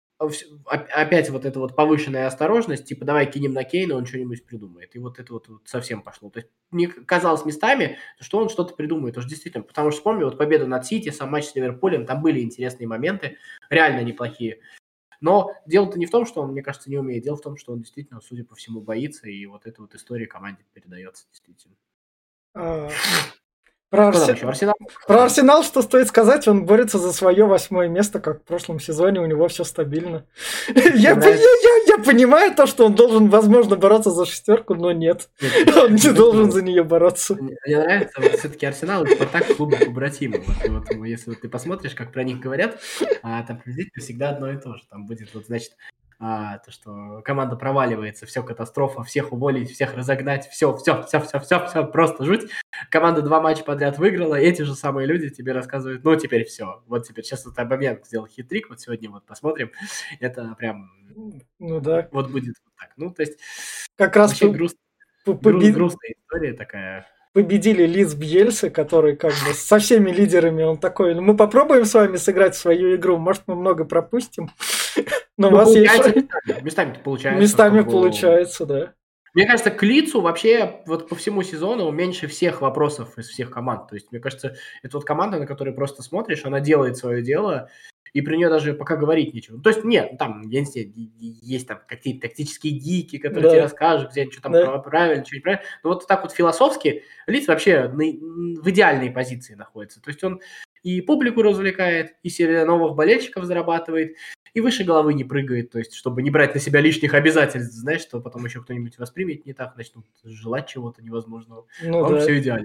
опять вот эта вот повышенная осторожность, типа давай кинем на Кейна, он что-нибудь придумает. И вот это вот совсем пошло. То есть мне казалось местами, что он что-то придумает. Уж действительно, потому что вспомню, вот победа над Сити, сам матч с Ливерпулем, там были интересные моменты, реально неплохие. Но дело-то не в том, что он, мне кажется, не умеет. Дело в том, что он действительно, судя по всему, боится, и вот эта вот история команде передается действительно. а, про, Кто там Арсе- еще? Арсенал? про Арсенал что стоит сказать? Он борется за свое 8-е место, как в прошлом сезоне, у него все стабильно. Тебе Я, нравится? я понимаю то, что он должен, возможно, бороться за шестерку, но нет. Нет, Он не нет, должен нет. за нее бороться. Мне нравится, вот все-таки Арсенал и Спартак клубы побратимы. Вот если вот ты посмотришь, как про них говорят, там приблизительно всегда одно и то же. Там будет вот, значит, то, что команда проваливается, все катастрофа, всех уволить, всех разогнать, все, просто жуть. Команда 2 матча подряд выиграла, эти же самые люди тебе рассказывают, ну, теперь все. Вот теперь сейчас вот Абамянг сделал хитрик, вот сегодня вот посмотрим. Это прям, Ну да. вот будет вот так. Ну, то есть, Как раз вообще грустная история такая. победили Лидс Бьельса, который как бы со всеми лидерами, он такой, ну мы попробуем с вами сыграть в свою игру, может мы много пропустим, но у Ну, вас есть получается местами. Местами-то получается, местами как бы. получается, да. Мне кажется, к Лицу вообще вот по всему сезону меньше всех вопросов из всех команд. То есть, мне кажется, это вот команда, на которую просто смотришь, она делает свое дело, и при нее даже пока говорить нечего. То есть, нет, там, я не знаю, есть там какие-то тактические гики, которые тебе Да, расскажут, где они что там да. правильно, что неправильно. Но вот так вот философски Лиц вообще в идеальной позиции находится. То есть, он и публику развлекает, и серия новых болельщиков зарабатывает, и выше головы не прыгает, то есть чтобы не брать на себя лишних обязательств, знаешь, что потом еще кто-нибудь воспримет не так, начнут желать чего-то невозможного. Ну По-моему, да. все идеально.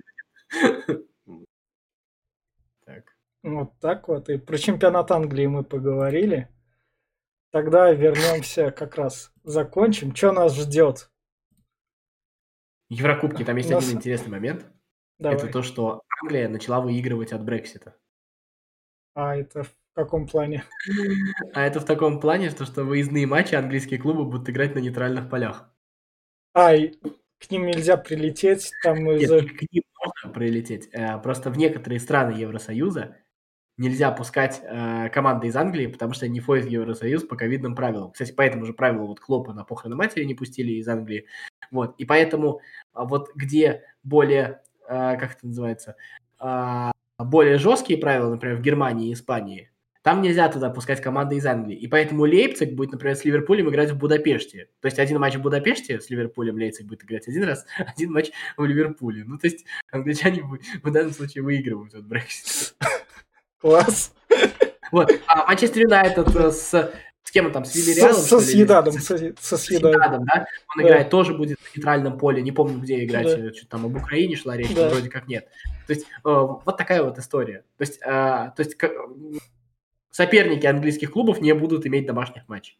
Так. Вот так вот. И про чемпионат Англии мы поговорили. Тогда вернемся как раз. Закончим. Что нас ждет? Еврокубки, там есть один Нас... интересный момент. Это Давай. то, что Англия начала выигрывать от Брексита. А это в каком плане? А это в таком плане, что выездные матчи английские клубы будут играть на нейтральных полях. И к ним нельзя прилететь, там Нет, из-за... к ним можно прилететь. Просто в некоторые страны Евросоюза нельзя пускать команды из Англии, потому что они не входят в Евросоюз по ковидным правилам. Кстати, по этому же правилу вот Клопа на похороны матери не пустили из Англии. Вот. И поэтому вот где более, как это называется, более жесткие правила, например, в Германии и Испании, там нельзя туда пускать команды из Англии. И поэтому Лейпциг будет, например, с Ливерпулем играть в Будапеште. То есть один матч в Будапеште с Ливерпулем Лейпциг будет играть один раз, один матч в Ливерпуле. Ну, то есть англичане в данном случае выигрывают от Брексита. Класс. Вот. А Манчестер Юнайтед с кем он там, с Вильяреалом, Со что ли? Съедадом. Со Съедадом. Съедадом, да? Он Да, играет, тоже будет на нейтральном поле. Не помню, где играть. да, Что-то там об Украине шла речь, но да. вроде как нет. То есть вот такая вот история. То есть соперники английских клубов не будут иметь домашних матчей.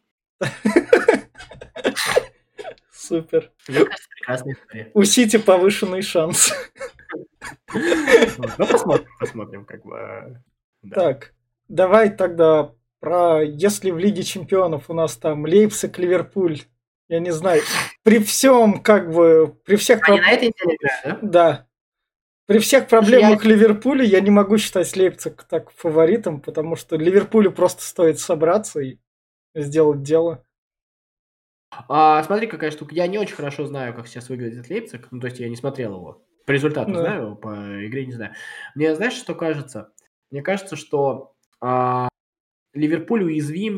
Супер. Мне кажется, прекрасная история. У Сити повышенный шанс. Ну, посмотрим, как бы. Да. Так, давай тогда про... Если в Лиге Чемпионов у нас там Лейпциг, Ливерпуль, я не знаю, при всем, как бы, при всех... Они на этой неделе играют, да? Да. При всех Слушай, проблемах Ливерпуля я не могу считать Лейпциг так фаворитом, потому что Ливерпулю просто стоит собраться и сделать дело. Смотри, какая штука. Я не очень хорошо знаю, как сейчас выглядит Лейпциг. Ну, то есть я не смотрел его. По результату Да. знаю, по игре не знаю. Мне, знаешь, что кажется? Мне кажется, что Ливерпуль уязвим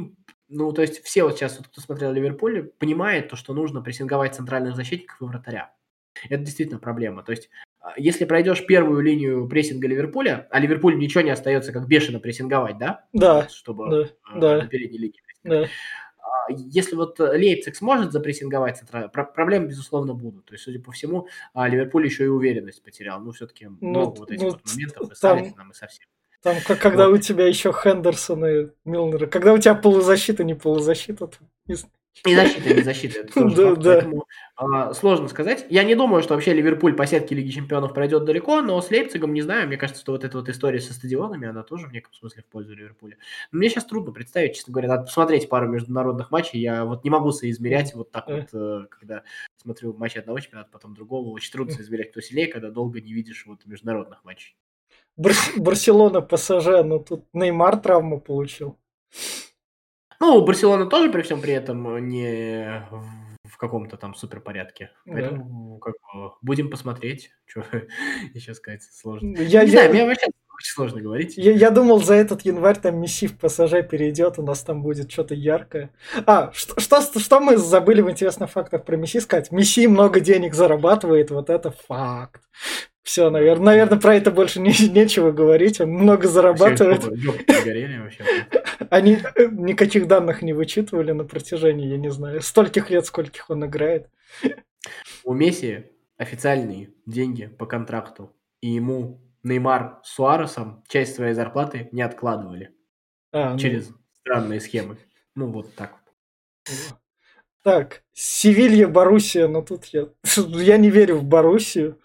Ну, то есть все вот сейчас, вот, кто смотрел Ливерпуль, понимает то, что нужно прессинговать центральных защитников и вратаря. Это действительно проблема. То есть, если пройдешь первую линию прессинга Ливерпуля, а Ливерпулю ничего не остается, как бешено прессинговать, да? Да, Вот, чтобы да, на да, передней линии прессинговать. да. Если вот Лейпциг сможет запрессинговать центрально, проблемы, безусловно, будут. То есть, судя по всему, Ливерпуль еще и уверенность потерял. Ну, все-таки Ну, много вот этих вот моментов и с там, Алисоном, и со всем. там, когда Вот. у тебя еще Хендерсон и Милнер, когда у тебя полузащита, не полузащита, то И защита, не защита, это тоже да, факт. да. Поэтому сложно сказать. Я не думаю, что вообще Ливерпуль по сетке Лиги Чемпионов пройдет далеко, но с Лейпцигом не знаю. Мне кажется, что вот эта вот история со стадионами, она тоже в неком смысле в пользу Ливерпуля. Но мне сейчас трудно представить, честно говоря. Надо посмотреть пару международных матчей. Я вот не могу соизмерять вот так вот, когда смотрю матчи одного чемпионата, потом другого. Очень трудно соизмерять, кто сильнее, когда долго не видишь вот международных матчей. Барселона, ПСЖ, но тут Неймар травму получил. Ну, Барселона тоже при всем при этом не в каком-то там супер порядке. Поэтому как бы будем посмотреть. Что еще сказать сложно. Не знаю, мне вообще очень сложно говорить. Я думал, за этот январь там Месси в ПСЖ перейдет, у нас там будет что-то яркое. Что мы забыли в интересных фактах про Месси сказать? Месси много денег зарабатывает, вот это факт. Все, наверное, про это больше нечего говорить. Он много зарабатывает. Горели вообще. Они никаких данных не вычитывали на протяжении, я не знаю, стольких лет, скольких он играет. У Месси официальные деньги по контракту, и ему Неймар с Суаресом часть своей зарплаты не откладывали через странные схемы. Ну, вот так вот. Так, Севилья, Боруссия, но тут я не верю в Боруссию.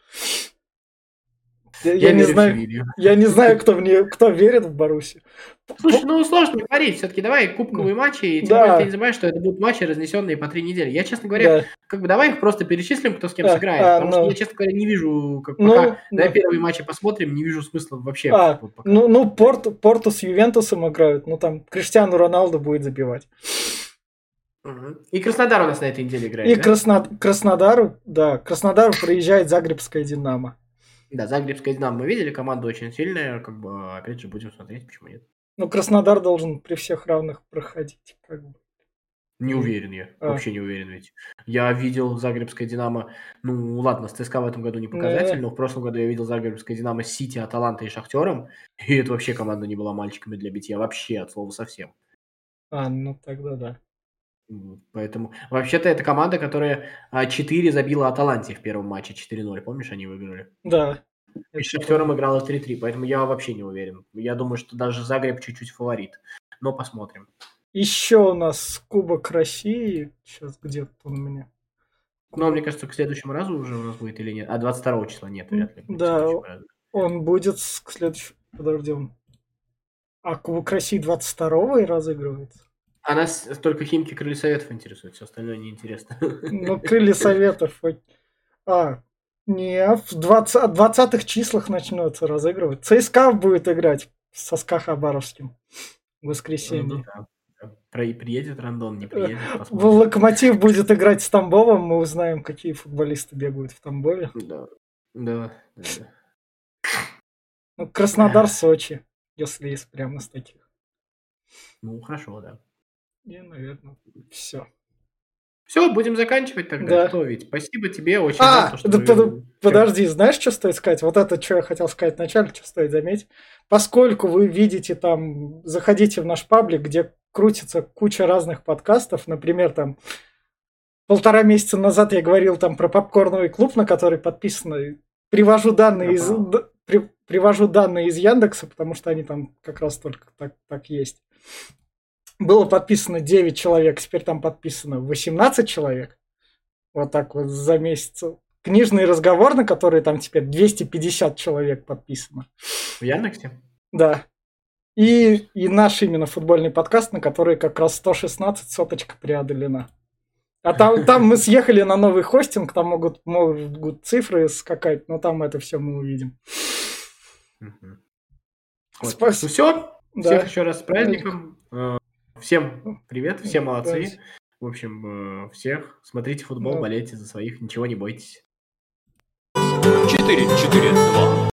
Я не знаю, кто верит в Боруссию. Слушай, ну сложно говорить. Все-таки давай кубковые матчи, и тем более ты не забываешь, что это будут матчи, разнесенные по 3 недели. Я, честно говоря, как бы давай их просто перечислим, кто с кем сыграет. Потому что я, честно говоря, не вижу, пока давай первые матчи посмотрим, не вижу смысла вообще. Порту с Ювентусом играют, ну там Криштиану Роналду будет забивать. И Краснодар у нас на этой неделе играет. И Краснодару проезжает Загребская Динамо. Да, Загребская Динамо мы видели, команда очень сильная, как бы, опять же, будем смотреть, почему нет. Ну, Краснодар должен при всех равных проходить, как бы. Не уверен я, вообще не уверен ведь. Я видел Загребская Динамо, ну ладно, с ЦСКА в этом году не показатель, но в прошлом году я видел Загребская Динамо с Сити, Аталантой и Шахтером, и это вообще команда не была мальчиками для битья, вообще, от слова совсем. Ну тогда да. Поэтому, вообще-то, это команда, которая 4 забила Аталанте в первом матче, 4-0, помнишь, они выиграли? Да. И с Шахтером играла 3-3, поэтому я вообще не уверен. Я думаю, что даже Загреб чуть-чуть фаворит, но посмотрим. Еще у нас Кубок России, сейчас где-то он у меня. Ну, мне кажется, к следующему разу уже у нас будет или нет, а 22 числа нет, вряд ли будет. Да, он будет к следующему, подожди, а Кубок России 22-го и разыгрывается? А нас только Химки Крылья Советов интересует, все остальное неинтересно. Ну, Крылья Советов. Не, в 20-х числах начнется разыгрывать. ЦСКА будет играть со СКА Хабаровским в воскресенье. Приедет Рандон, не приедет, посмотрим. Локомотив будет играть с Тамбовом, мы узнаем, какие футболисты бегают в Тамбове. Да. Ну, Краснодар, Сочи, если есть прямо с таких. Ну, хорошо, да. И, наверное, все. Все, будем заканчивать тогда. Да. Что ведь? Спасибо тебе, очень рад, что подожди, знаешь, что стоит сказать? Вот это, что я хотел сказать вначале, что стоит заметить. Поскольку вы видите там, заходите в наш паблик, где крутится куча разных подкастов, например, там 1,5 месяца назад я говорил там про попкорновый клуб, на который подписано. Привожу данные из Яндекса, потому что они там как раз только так есть. Было подписано 9 человек, теперь там подписано 18 человек. Вот так вот за месяц. Книжный разговор, на который там теперь 250 человек подписано. В Яндексе? Да. И наш именно футбольный подкаст, на который как раз 116 соточка преодолена. А там мы съехали на новый хостинг, там могут цифры скакать, но там это все мы увидим. Ну все, всех еще раз с праздником. Всем привет, все молодцы. В общем, всех смотрите футбол, болейте за своих, ничего не бойтесь. 4-4-2.